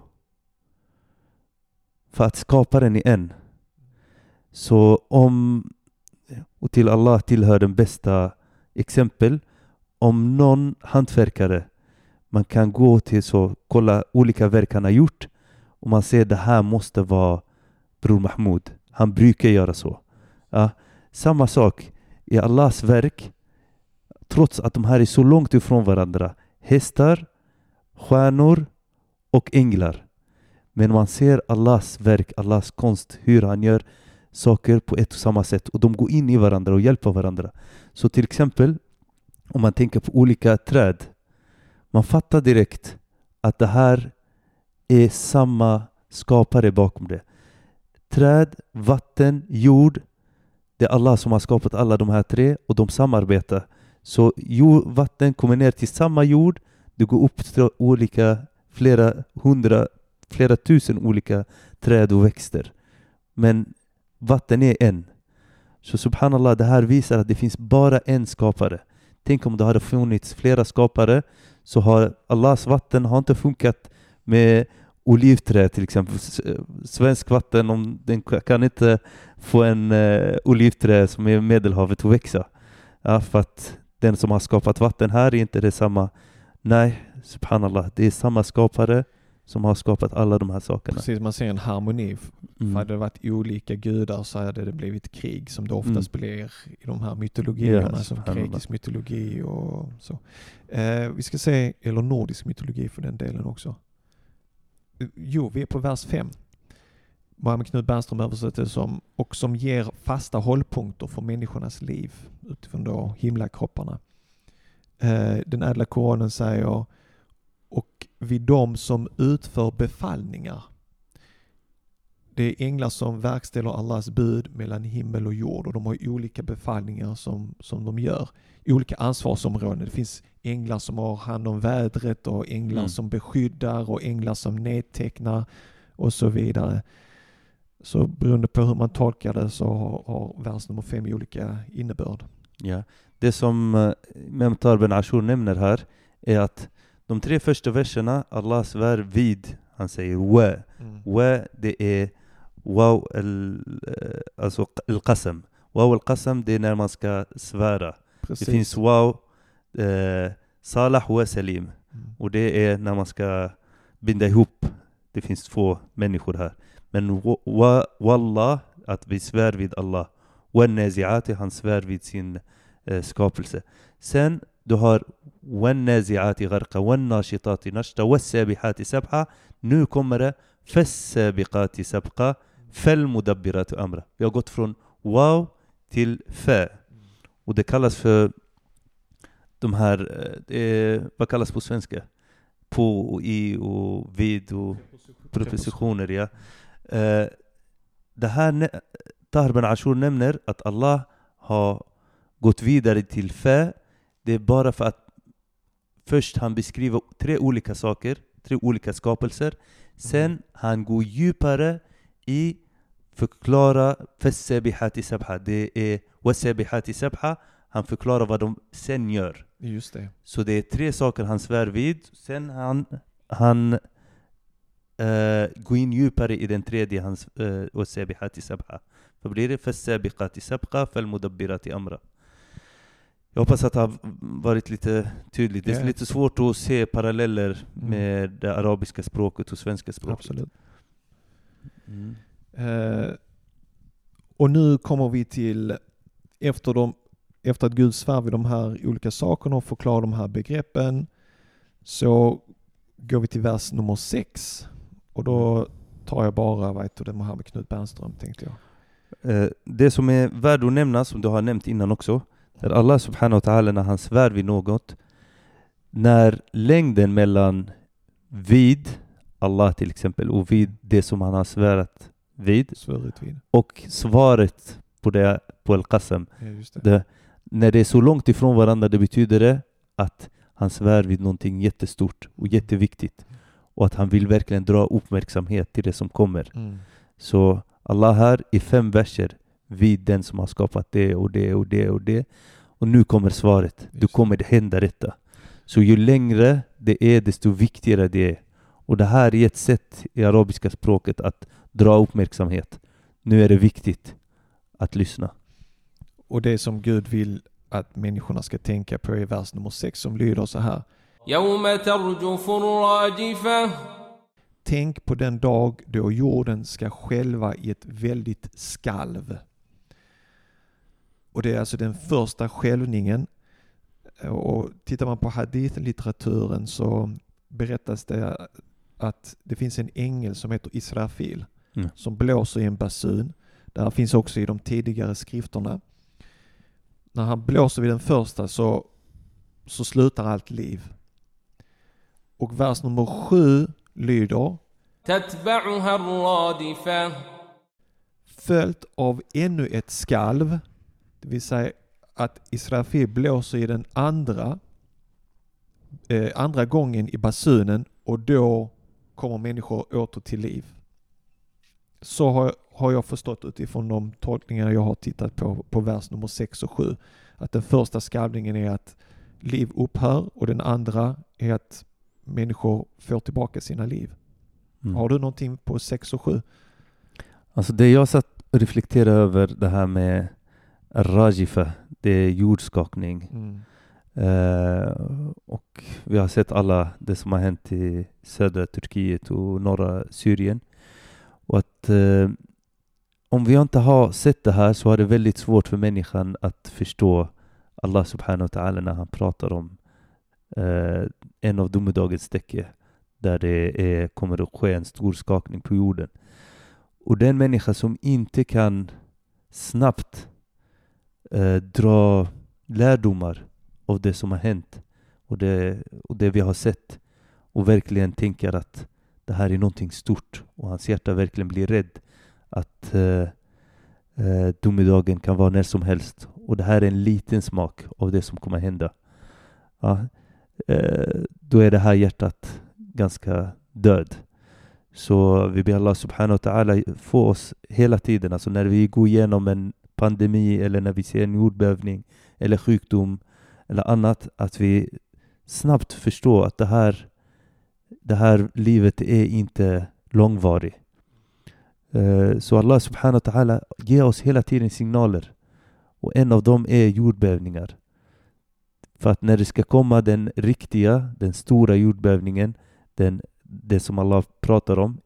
För att skaparen är en. Så och till Allah tillhör den bästa exempel, om någon hantverkare, man kan gå till så kolla olika verk han har gjort, och man ser det här måste vara Bror Mahmoud. Han brukar göra så. Ja, samma sak i Allahs verk, trots att de här är så långt ifrån varandra. Hästar, stjärnor och änglar. Men man ser Allahs verk, Allahs konst, hur han gör saker på ett och samma sätt. Och de går in i varandra och hjälper varandra. Så till exempel, om man tänker på olika träd, man fattar direkt att det här är samma skapare bakom det. Träd, vatten, jord, det är Allah som har skapat alla de här tre, och de samarbetar. Så vatten kommer ner till samma jord, det går upp till flera tusen olika träd och växter. Men vatten är en. Så subhanallah, det här visar att det finns bara en skapare. Tänk om det hade funnits flera skapare, så har Allahs vatten har inte funkat med olivträd till exempel. Svensk vatten, om den kan inte få en olivträd som är i Medelhavet att växa. Ja, för att den som har skapat vatten här är inte detsamma. Nej, subhanallah, det är samma skapare som har skapat alla de här sakerna. Precis, man ser en harmoni. Hade det varit olika gudar så hade det blivit krig, som det oftast blir i de här mytologierna, som grekisk mytologi och så. Vi ska se, eller nordisk mytologi för den delen också. Jo, vi är på vers 5. Mohammed Knut Bernström översätter som ger fasta hållpunkter för människornas liv utifrån då himlakropparna. Den ädla koranen säger: och vid dem som utför befallningar. Det är änglar som verkställer Allahs bud mellan himmel och jord, och de har olika befallningar som de gör. Olika ansvarsområden. Det finns änglar som har hand om vädret, och änglar som beskyddar, och änglar som nedtecknar och så vidare. Så beroende på hur man tolkar det så har vers nummer 5 olika innebörd. Ja, det som Memtar Ben Ashur nämner här är att de 3 första verserna, Allah svär vid, han säger wa. Wa, det är wow, alltså al-qasam. Wow al-qasam, det är när man ska svära. Precis. Det finns wow, salah wa salim. Och det är när man ska binda ihop. Det finns 2 människor här. Men wallah, att vi svär vid Allah. Wan-nazi'ati, han svär vid sin skapelse. Sen du har wan-nazi'ati gharqa, wan-nashitati nashta, was-sabihati sabha. Nu kommer det fas-sabiqati sabqa, fal-mudabbirati amra. Vi har gått från wow till fa. Och det kallas för de här, vad kallas på svenska? På och i och vid och prepositioner, ja. Det här Tahir Ben Ashur nämner att Allah har gått vidare till fa. Det är bara för att först han beskriver 3 olika saker, 3 olika skapelser. Sen han går djupare i förklara fas-sabihati sabha. Det är was-sabihati sabha. Han förklarar vad de sen gör. Just det. Så det är 3 saker han svär vid. Sen han gå in djupare i den tredje, hans والسابحات سبحا. Vad blir det? فالسابقات سبقا فالمدبرات أمرا. Jag hoppas att det har varit lite tydligt. Det är lite svårt att se paralleller med det arabiska språket och svenska språket. Absolut. Och nu kommer vi till efter att Gud svär vid de här olika sakerna och förklarar de här begreppen, så går vi till vers nummer 6. Och då tar jag bara det här med Knut Bernström, tänkte jag. Det som är värd att nämna, som du har nämnt innan också, där Allah subhanahu wa ta'ala, när han svär vid något, när längden mellan vid Allah till exempel och vid det som han har svärat vid och svaret på al-qasam, när det är så långt ifrån varandra, det betyder det att han svär vid någonting jättestort och jätteviktigt och att han vill verkligen dra uppmärksamhet till det som kommer. Så Allah här i 5 verser vid den som har skapat det och det och det och det, och nu kommer svaret. Du kommer det hända detta. Så ju längre det är, desto viktigare det är. Och det här är ett sätt i arabiska språket att dra uppmärksamhet. Nu är det viktigt att lyssna. Och det som Gud vill att människorna ska tänka på i vers nummer 6, som lyder så här: Tänk på den dag då jorden ska skälva i ett väldigt skalv. Och det är alltså den första skälvningen. Och tittar man på hadith-litteraturen så berättas det att det finns en ängel som heter Israfil som blåser i en basun. Det här finns också i de tidigare skrifterna. När han blåser vid den första så slutar allt liv. Och vers nummer 7 lyder: följt av ännu ett skalv, det vill säga att Israfil blåser i den andra gången i basunen, och då kommer människor åter till liv. Så har jag förstått utifrån de tolkningar jag har tittat på vers nummer 6 och 7. Att den första skalvningen är att liv upphör, och den andra är att människor får tillbaka sina liv. Har du någonting på 6 och 7? Alltså det jag satt och reflekterade över, det här med rajifa, det är jordskakning. Och vi har sett alla det som har hänt i södra Turkiet och norra Syrien. Och att om vi inte har sett det här, så är det väldigt svårt för människan att förstå Allah subhanahu wa ta'ala när han pratar om en av domedagens tecken, där det kommer att ske en stor skakning på jorden. Och den människa som inte kan snabbt dra lärdomar av det som har hänt och det vi har sett, och verkligen tänker att det här är någonting stort, och hans hjärta verkligen blir rädd att domedagen kan vara när som helst, och det här är en liten smak av det som kommer hända. Då är det här hjärtat ganska död. Så vi ber Allah subhanahu wa ta'ala få oss hela tiden, alltså när vi går igenom en pandemi eller när vi ser en jordbävning eller sjukdom eller annat, att vi snabbt förstår att det här livet är inte långvarigt. Så Allah subhanahu wa ta'ala ger oss hela tiden signaler, och en av dem är jordbävningar. För att när det ska komma den stora jordbävningen, det som Allah pratar om,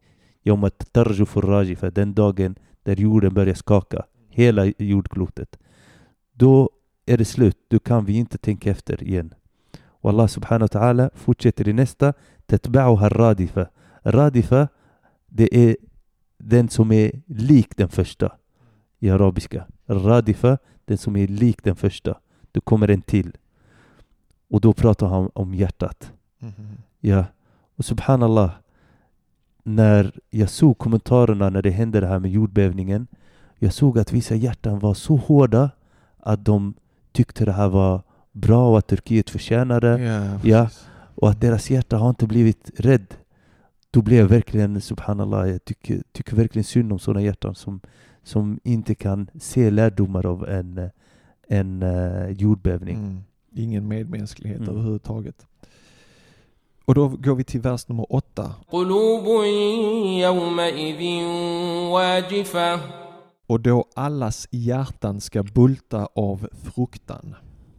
den dagen där jorden börjar skaka, hela jordklotet, då är det slut. Då kan vi inte tänka efter igen. Och Allah subhanahu wa ta'ala fortsätter i nästa: tatba'uha radifa. Radifa, det är den som är lik den första i arabiska. Radifa, den som är lik den första. Då kommer en till. Och då pratar han om hjärtat. Ja. Och subhanallah, när jag såg kommentarerna när det hände det här med jordbävningen, jag såg att vissa hjärtan var så hårda att de tyckte det här var bra och att Turkiet förtjänade. Ja, och att deras hjärta har inte blivit rädd. Då blev jag verkligen, subhanallah, jag tycker verkligen synd om sådana hjärtan som inte kan se lärdomar av en jordbävning. Ingen medmänsklighet överhuvudtaget. Och då går vi till vers nummer 8. قلوب يومئذ واجفة Och då allas hjärtan ska bulta av fruktan.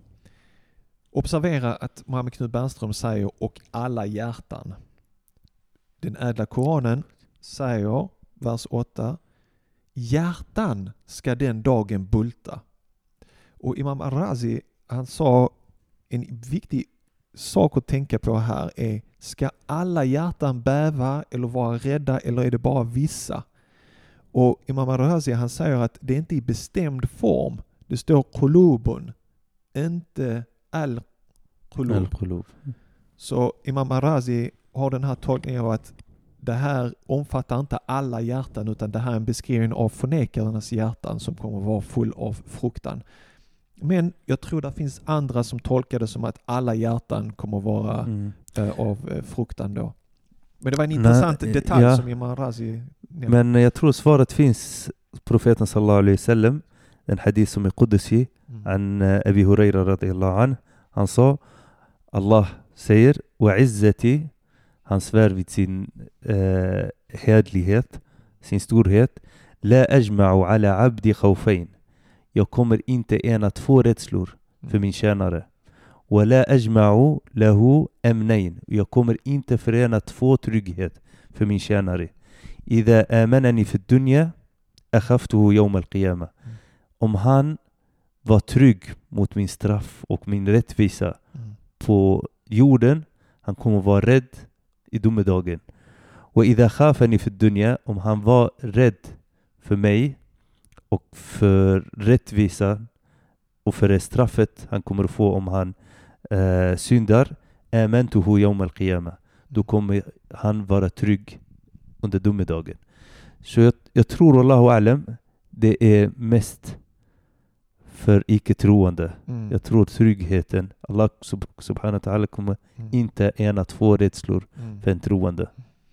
Observera att Mohammed Knut Bernström säger och alla hjärtan. Den ädla Koranen säger, vers 8, hjärtan ska den dagen bulta. Och Imam Al-Razi, han sa en viktig sak att tänka på här är, ska alla hjärtan bäva eller vara rädda eller är det bara vissa? Och Imam Al-Razi, han säger att det är inte i bestämd form. Det står qulubun, inte al-qulub. Så Imam Al-Razi har den här tolkningen av att det här omfattar inte alla hjärtan, utan det här är en beskrivning av förnekarnas hjärtan som kommer att vara full av fruktan. Men jag tror det finns andra som tolkar det som att alla hjärtan kommer att vara av fruktan då. Men det var en intressant detalj som Imam Razi nämnde. Men jag tror svaret finns profeten sallallahu alaihi wasallam, en hadith som är qudsi an Abi Huraira radiyallahu an. Han sa, Allah säger wa izzati, han svär vid sin hedlighet, sin storhet, la ajma'u ala abdi khawfain. Jag kommer inte ena två rädslor för min tjänare. وَلَا أَجْمَعُ لَهُ أَمْنَيْن. Jag kommer inte förena två trygghet för min tjänare. إِذَا آمَنَنِي فِي الدُّنْيا أَخَفْتُهُ يَوْمَ الْقِيَامَةِ. Om han var trygg mot min straff och min rättvisa på jorden, han kommer vara rädd i domedagen. وَإِذَا خَافَنِي فِي الدُّنْيا. Om han var rädd för mig och för rättvisa och för det straffet han kommer att få om han syndar, amantuhu yawm al-qiyamah. Då kommer han vara trygg under domedagen. Så jag tror, Allahu a'lam, det är mest för icke-troende. Jag tror tryggheten, Allah subhanahu wa ta'ala kommer inte ena två rädslor för en troende.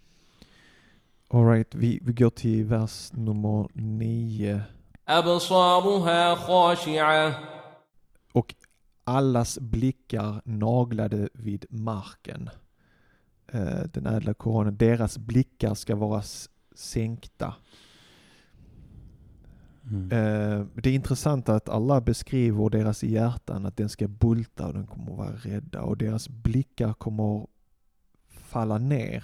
All right, vi går till vers nummer 9. أبصارها خاشعة. Och allas blickar naglade vid marken. Den ädla Koranen, deras blickar ska vara sänkta. Det är intressant att Allah beskriver deras hjärtan, att den ska bulta och den kommer att vara rädda. Och deras blickar kommer att falla ner.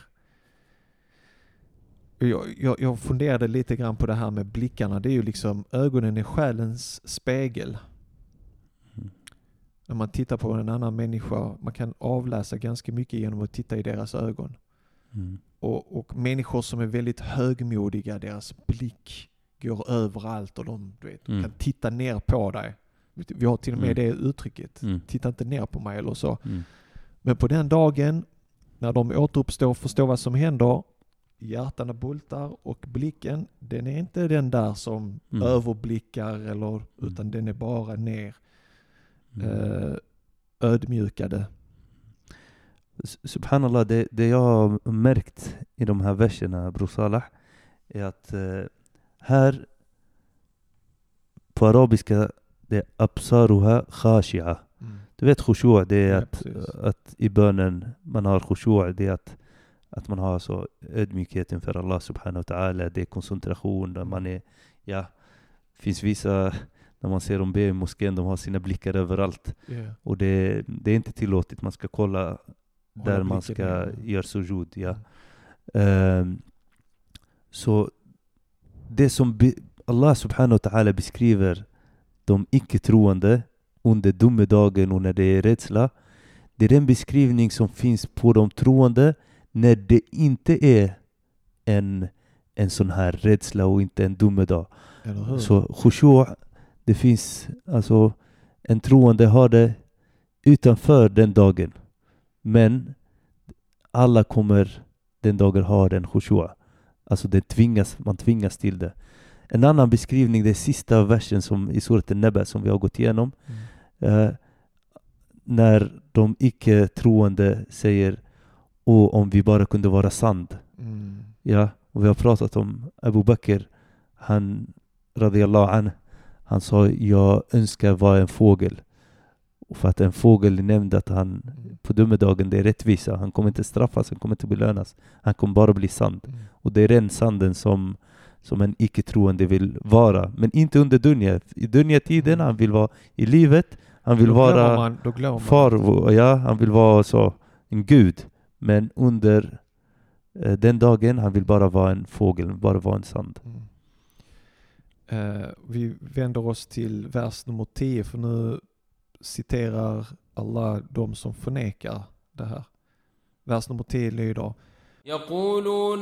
Jag funderade lite grann på det här med blickarna. Det är ju liksom, ögonen är själens spegel. När man tittar på en annan människa, man kan avläsa ganska mycket genom att titta i deras ögon. Och människor som är väldigt högmodiga, deras blick går överallt och de kan titta ner på dig. Vi har till och med det uttrycket. Titta inte ner på mig eller så. Men på den dagen, när de återuppstår och förstår vad som händer, hjärtarna bultar och blicken, den är inte den där som överblickar utan den är bara ner ödmjukade. Subhanallah, det jag har märkt i de här verserna, Bror Salah, är att här på arabiska det är absaruha khashi'a. Du vet khushu', det är att i bönen man har khushu', det är att man har så ödmjukheten för Allah subhanahu wa ta'ala, det är koncentration där man är, finns vissa när man ser dem be i moskén, de har sina blickar överallt. Och det är inte tillåtet, man ska kolla där man ska göra sujud. Så det som Allah subhanahu wa ta'ala beskriver de icke-troende under domedagen och när det är rädsla, det är den beskrivning som finns på de troende när det inte är en sån här rädsla och inte en domedag. Så khushu', det finns, alltså en troende har det utanför den dagen. Men alla kommer den dagen ha den khushu'. Alltså man tvingas till det. En annan beskrivning, det är sista versen som i surat An-Naba som vi har gått igenom. När de icke-troende säger, om vi bara kunde vara sand. Och vi har pratat om Abu Bakr, han radiyallahu anhu, han sa, jag önskar vara en fågel. Och för att en fågel nämnde att han på domedagen, det är rättvisa. Han kommer inte straffas, han kommer inte belönas. Han kommer bara bli sand. Och det är den sanden som en icke-troende vill vara. Men inte under dunja. I dunja-tiden, han vill vara i livet. Han vill vara far. Ja, han vill vara så en gud. Men under den dagen, han vill bara vara en fågel, bara vara en sand. Vi vänder oss till vers nummer 10, för nu citerar Allah de som förnekar det här. Vers nummer 10 lyder: يقولون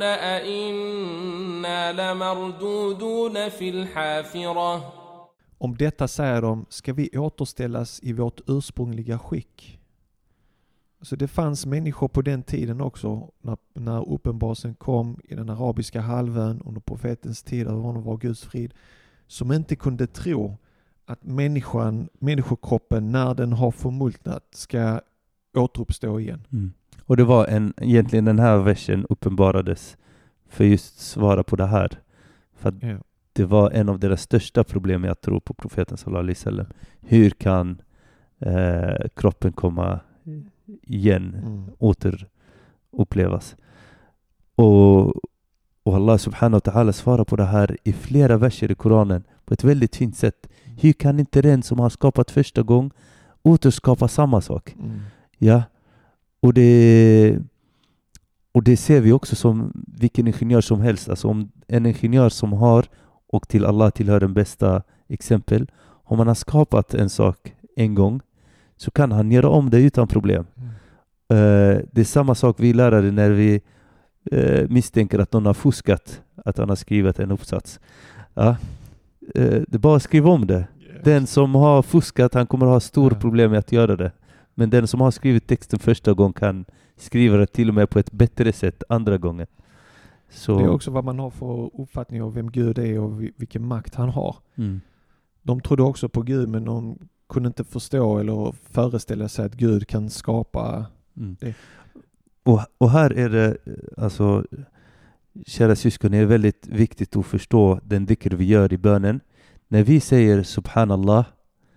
أئنا لمردودون في الحافرة. Om detta säger de, ska vi återställas i vårt ursprungliga skick? Så det fanns människor på den tiden också, när uppenbarelsen kom i den arabiska halvön under profetens tid, över honom var Guds frid, som inte kunde tro att människokroppen, när den har förmultnat, ska återuppstå igen. Och det var egentligen den här versen uppenbarades för just svara på det här. För att det var en av deras största problem, jag tror, på profeten sallallahu alaihi wasallam. Hur kan kroppen komma igen, återupplevas? Och Allah subhanahu wa ta'ala svarar på det här i flera verser i Koranen på ett väldigt fint sätt. Hur kan inte den som har skapat första gång återskapa samma sak? Ja. Och det ser vi också som vilken ingenjör som helst. Alltså om en ingenjör som har, och till Allah tillhör den bästa exempel, om man har skapat en sak en gång, så kan han göra om det utan problem. Det är samma sak vi lärare när vi misstänker att någon har fuskat, att han har skrivit en uppsats. Ja. Det är bara att skriva om det. Den som har fuskat, han kommer att ha stor problem med att göra det. Men den som har skrivit texten första gången kan skriva det till och med på ett bättre sätt andra gången. Så. Det är också vad man har för uppfattning av vem Gud är och vilken makt han har. De trodde också på Gud, men de kunde inte förstå eller föreställa sig att Gud kan skapa det. Och här är det, alltså, kära syskon, är det väldigt viktigt att förstå den dhikr vi gör i bönen. När vi säger subhanallah,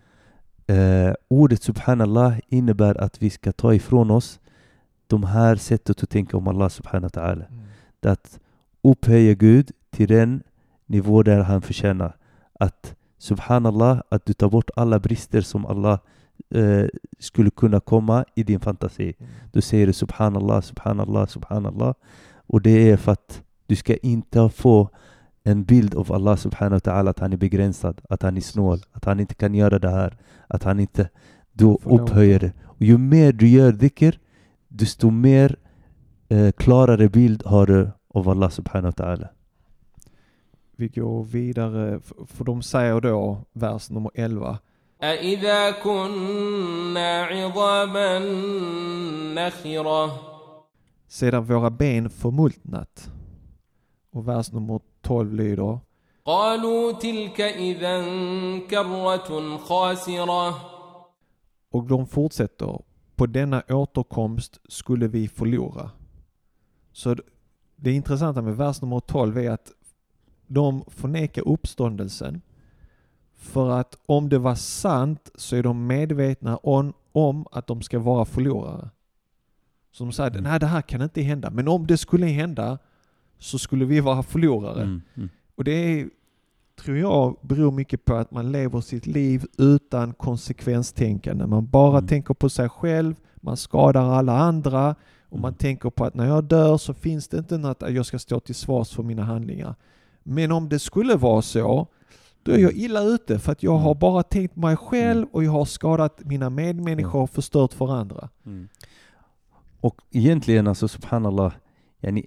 ordet subhanallah innebär att vi ska ta ifrån oss de här sättet att tänka om Allah subhanahu wa ta'ala. Det att upphöja Gud till den nivå där han förtjänar. Att subhanallah, att du tar bort alla brister som Allah skulle kunna komma i din fantasi. Du säger subhanallah, subhanallah, subhanallah. Och det är för att du ska inte få en bild av Allah subhanahu wa ta'ala, att han är begränsad, att han är snål, att han inte kan göra det här, att han inte, du upphöjer det. Och ju mer du gör dhikr, desto mer klarare bild har du av Allah subhanahu wa ta'ala. Vi går vidare, för de säger då, vers nummer 11: أَإِذَا كُنَّا عِظَامًا نَخِرَةً. Sedan våra ben förmultnat. Och vers nummer 12 lyder: قَالُوا تِلْكَ إِذًا كَرَّةٌ خَاسِرَةٌ. Och de fortsätter: på denna återkomst skulle vi förlora. Så det intressanta med vers nummer 12 är att de förnekar uppståndelsen. För att om det var sant så är de medvetna om att de ska vara förlorare. Så de säger, nej, det här kan inte hända. Men om det skulle hända så skulle vi vara förlorare. Och det är, tror jag, beror mycket på att man lever sitt liv utan konsekvenstänkande. Man bara tänker på sig själv, man skadar alla andra, och man tänker på att när jag dör så finns det inte något att jag ska stå till svars för mina handlingar. Men om det skulle vara så, då är jag illa ute, för att jag har bara tänkt mig själv och jag har skadat mina medmänniskor och förstört för andra. Och egentligen, alltså subhanallah, yani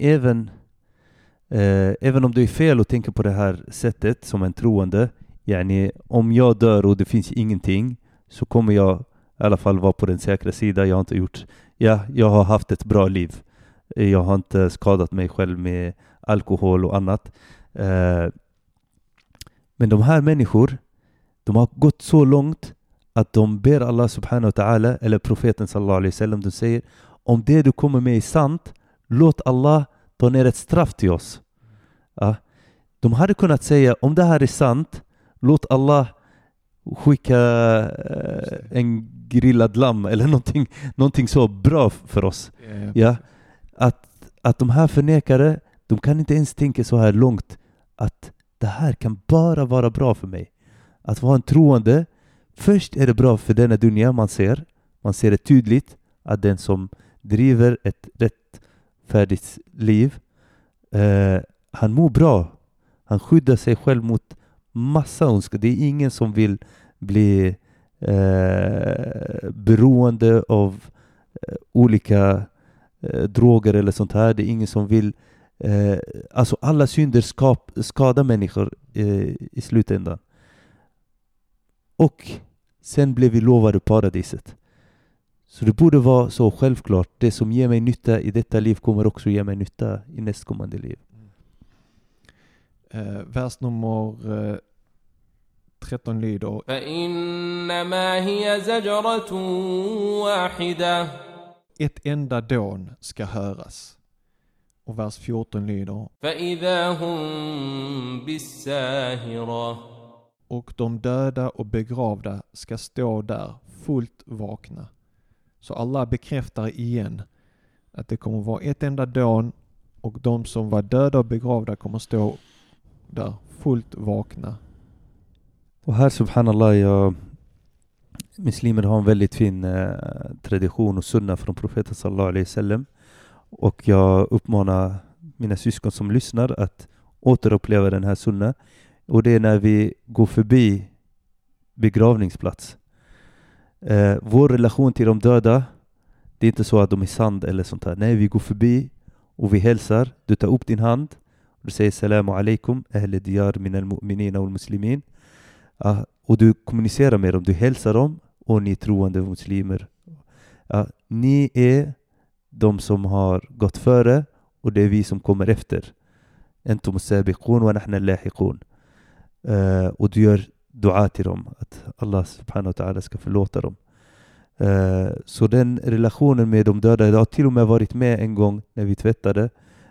även om det är fel att tänka på det här sättet som en troende, yani om jag dör och det finns ingenting, så kommer jag i alla fall vara på den säkra sidan. Jag har haft ett bra liv. Jag har inte skadat mig själv med alkohol och annat. Men de här människor, de har gått så långt att de ber Allah subhanahu wa ta'ala, eller profeten sallallahu alaihi wasallam, de säger, om det du kommer med är sant, låt Allah ta ner ett straff till oss. Ja. De hade kunnat säga, om det här är sant, låt Allah skicka en grillad lamm eller någonting så bra för oss. Ja, att de här förnekare, de kan inte ens tänka så här långt att det här kan bara vara bra för mig. Att vara en troende, först är det bra för denna dunya, man ser det tydligt att den som driver ett rättfärdigt liv, han mår bra. Han skyddar sig själv mot massa ondska. Det är ingen som vill bli beroende av olika droger eller sånt här. Det är ingen som vill alltså alla synder skadar människor i slutändan. Och sen blev vi lovade paradiset. Så det borde vara så självklart. Det som ger mig nytta i detta liv kommer också ge mig nytta i nästkommande liv. Vers nummer 13 lyder: فإنما هي زجرة واحدة. Ett enda dån ska höras. Och vers 14 lyder: فإذا هم بالساهرة. Och de döda och begravda ska stå där fullt vakna. Så Allah bekräftar igen att det kommer vara ett enda dån och de som var döda och begravda kommer stå där fullt vakna. Och här, subhanallah, muslimer har en väldigt fin tradition och sunna från profeten sallallahu alaihi wasallam. Och jag uppmanar mina syskon som lyssnar att återuppleva den här sunna. Och det är när vi går förbi begravningsplats. Vår relation till de döda, det är inte så att de är sand eller sånt här. Nej, vi går förbi och vi hälsar. Du tar upp din hand och du säger salamu alaikum ahle diyar min al-mu'minina wal muslimin. Och du kommunicerar med dem, du hälsar dem och ni troende muslimer. Ni är de som har gått före och det är vi som kommer efter. Entum sabiqun wa nahna lahiqun. Och du gör dua till dem att Allah subhanahu wa ta'ala ska förlåta dem. Så den relationen med de döda, jag har till och med varit med en gång när vi tvättade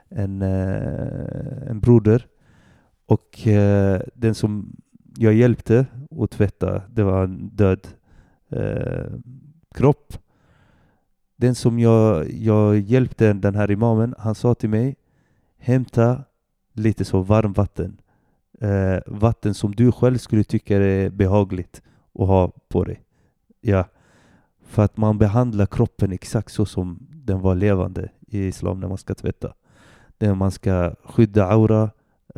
en broder, och den som jag hjälpte att tvätta, det var en död kropp. Den som jag hjälpte, den här imamen, han sa till mig: hämta lite så varm vatten. Vatten som du själv skulle tycka är behagligt att ha på dig. Ja, för att man behandlar kroppen exakt så som den var levande i islam när man ska tvätta. När man ska skydda aura.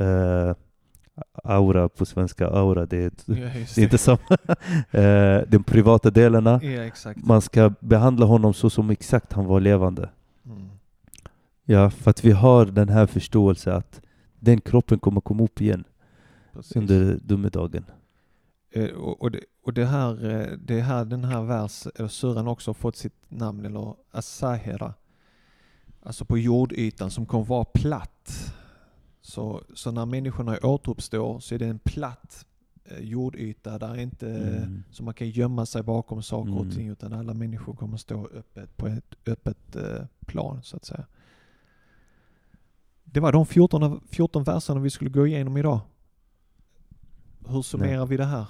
Aura på svenska, aura, det är inte samma. De privata delarna. Ja, exakt. Man ska behandla honom så som exakt han var levande. Ja, för att vi har den här förståelse att den kroppen kommer komma upp igen. Precis. Under domedagen. Och det här den här eller surran också har fått sitt namn, eller as-sahira. Alltså på jordytan som kommer vara platt. Så när människorna återuppstår så är det en platt jordyta där inte så man kan gömma sig bakom saker och ting, utan alla människor kommer stå öppet på ett öppet plan, så att säga. Det var de 14 verserna vi skulle gå igenom idag. Hur summerar vi det här?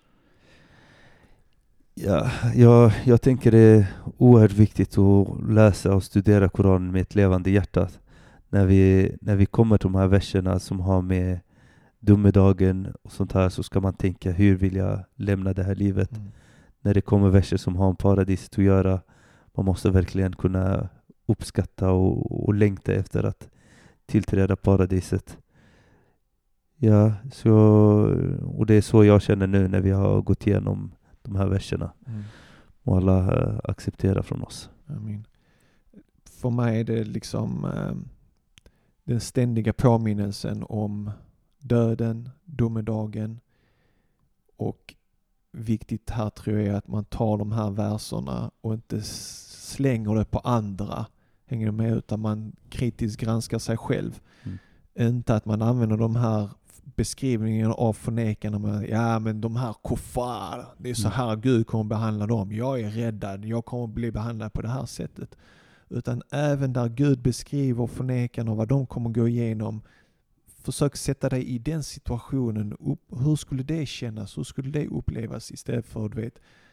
Ja, jag tänker det är oerhört viktigt att läsa och studera Koranen med ett levande hjärta. När vi kommer till de här verserna som har med domedagen och sånt här, så ska man tänka: hur vill jag lämna det här livet? När det kommer verser som har med paradiset att göra, man måste verkligen kunna uppskatta och längta efter att tillträda paradiset. Ja, och det är så jag känner nu när vi har gått igenom de här verserna. Och alla accepterar från oss. Amen. För mig är det liksom den ständiga påminnelsen om döden, domedagen, och viktigt här tror jag att man tar de här verserna och inte slänger det på andra, hänger med, utan man kritiskt granskar sig själv. Inte att man använder de här beskrivningarna av förnekarna med men de här kuffar, det är så här Gud kommer behandla dem, jag är räddad, jag kommer bli behandlad på det här sättet. Utan även där Gud beskriver förnekarna och vad de kommer gå igenom, försök sätta dig i den situationen. Hur skulle det kännas? Hur skulle det upplevas? Istället för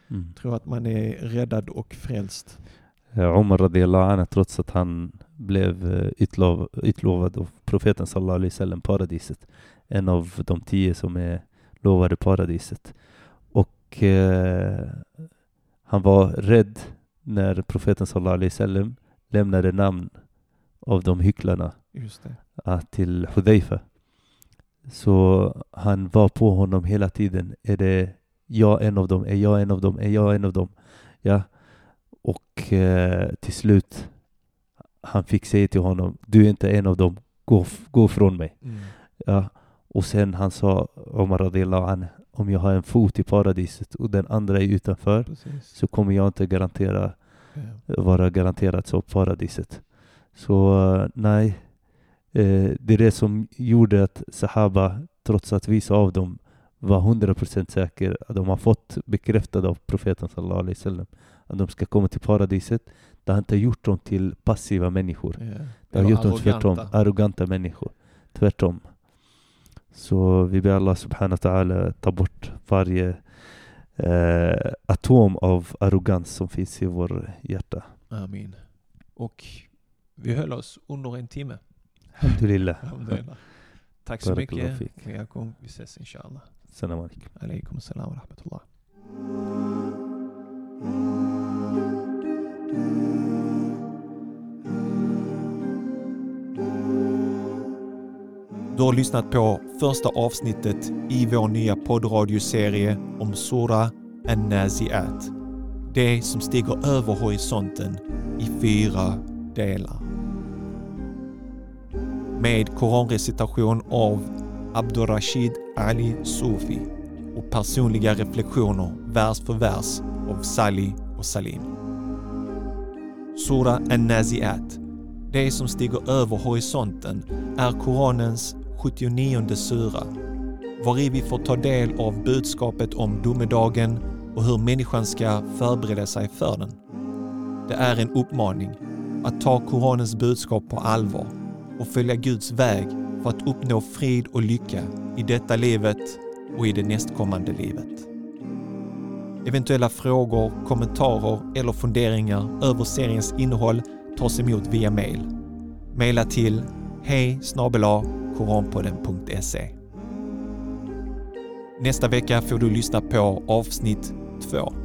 Tror att man är räddad och frälst. Umar radiyallahu anhu, trots att han blev utlovad av profeten sallallahu alaihi wasallam paradiset. En av de 10 som är lovade paradiset. Och han var rädd när profeten sallallahu alaihi wasallam lämnade namn av de hycklarna. Just det. Till Hudayfa. Så han var på honom hela tiden. Är det jag en av dem? Är jag en av dem? Är jag en av dem? Ja. Och till slut han fick säga till honom, du är inte en av dem, gå från mig. Ja. Och sen han sa, Umar radiyallahu anhu, om jag har en fot i paradiset och den andra är utanför, så kommer jag inte vara garanterad så paradiset. Så nej, det är det som gjorde att Sahaba, trots att vissa av dem var 100% säker att de har fått bekräftat av profeten sallallahu alaihi wasallam att de ska komma till paradiset, det har inte gjort dem till passiva människor. Det har gjort dem tvärtom, arroganta människor. Tvärtom. Så vi ber Allah subhanahu wa ta'ala ta bort varje atom av arrogans som finns i vår hjärta. Amin. Och vi höll oss under en timme. Alhamdulillah. Tack så mycket. Vi ses inshallah. Salam alaikum. Alaikum salam wa rahmatullah. Du har lyssnat på första avsnittet i vår nya poddradioserie om Sura An-Nazi'at. Det som stiger över horisonten i 4 delar. Med koranrecitation av Abdurrashid Ali Sufi och personliga reflektioner vers för vers av Sally och Salim. Sura An-Nazi'at, det som stiger över horisonten, är Koranens 79:e sura, vari vi får ta del av budskapet om domedagen och hur människan ska förbereda sig för den. Det är en uppmaning att ta Koranens budskap på allvar och följa Guds väg för att uppnå frid och lycka i detta livet och i det nästkommande livet. Eventuella frågor, kommentarer eller funderingar över seriens innehåll tas emot via mail. Maila till hej@koranpodden.se. Nästa vecka får du lyssna på avsnitt 2.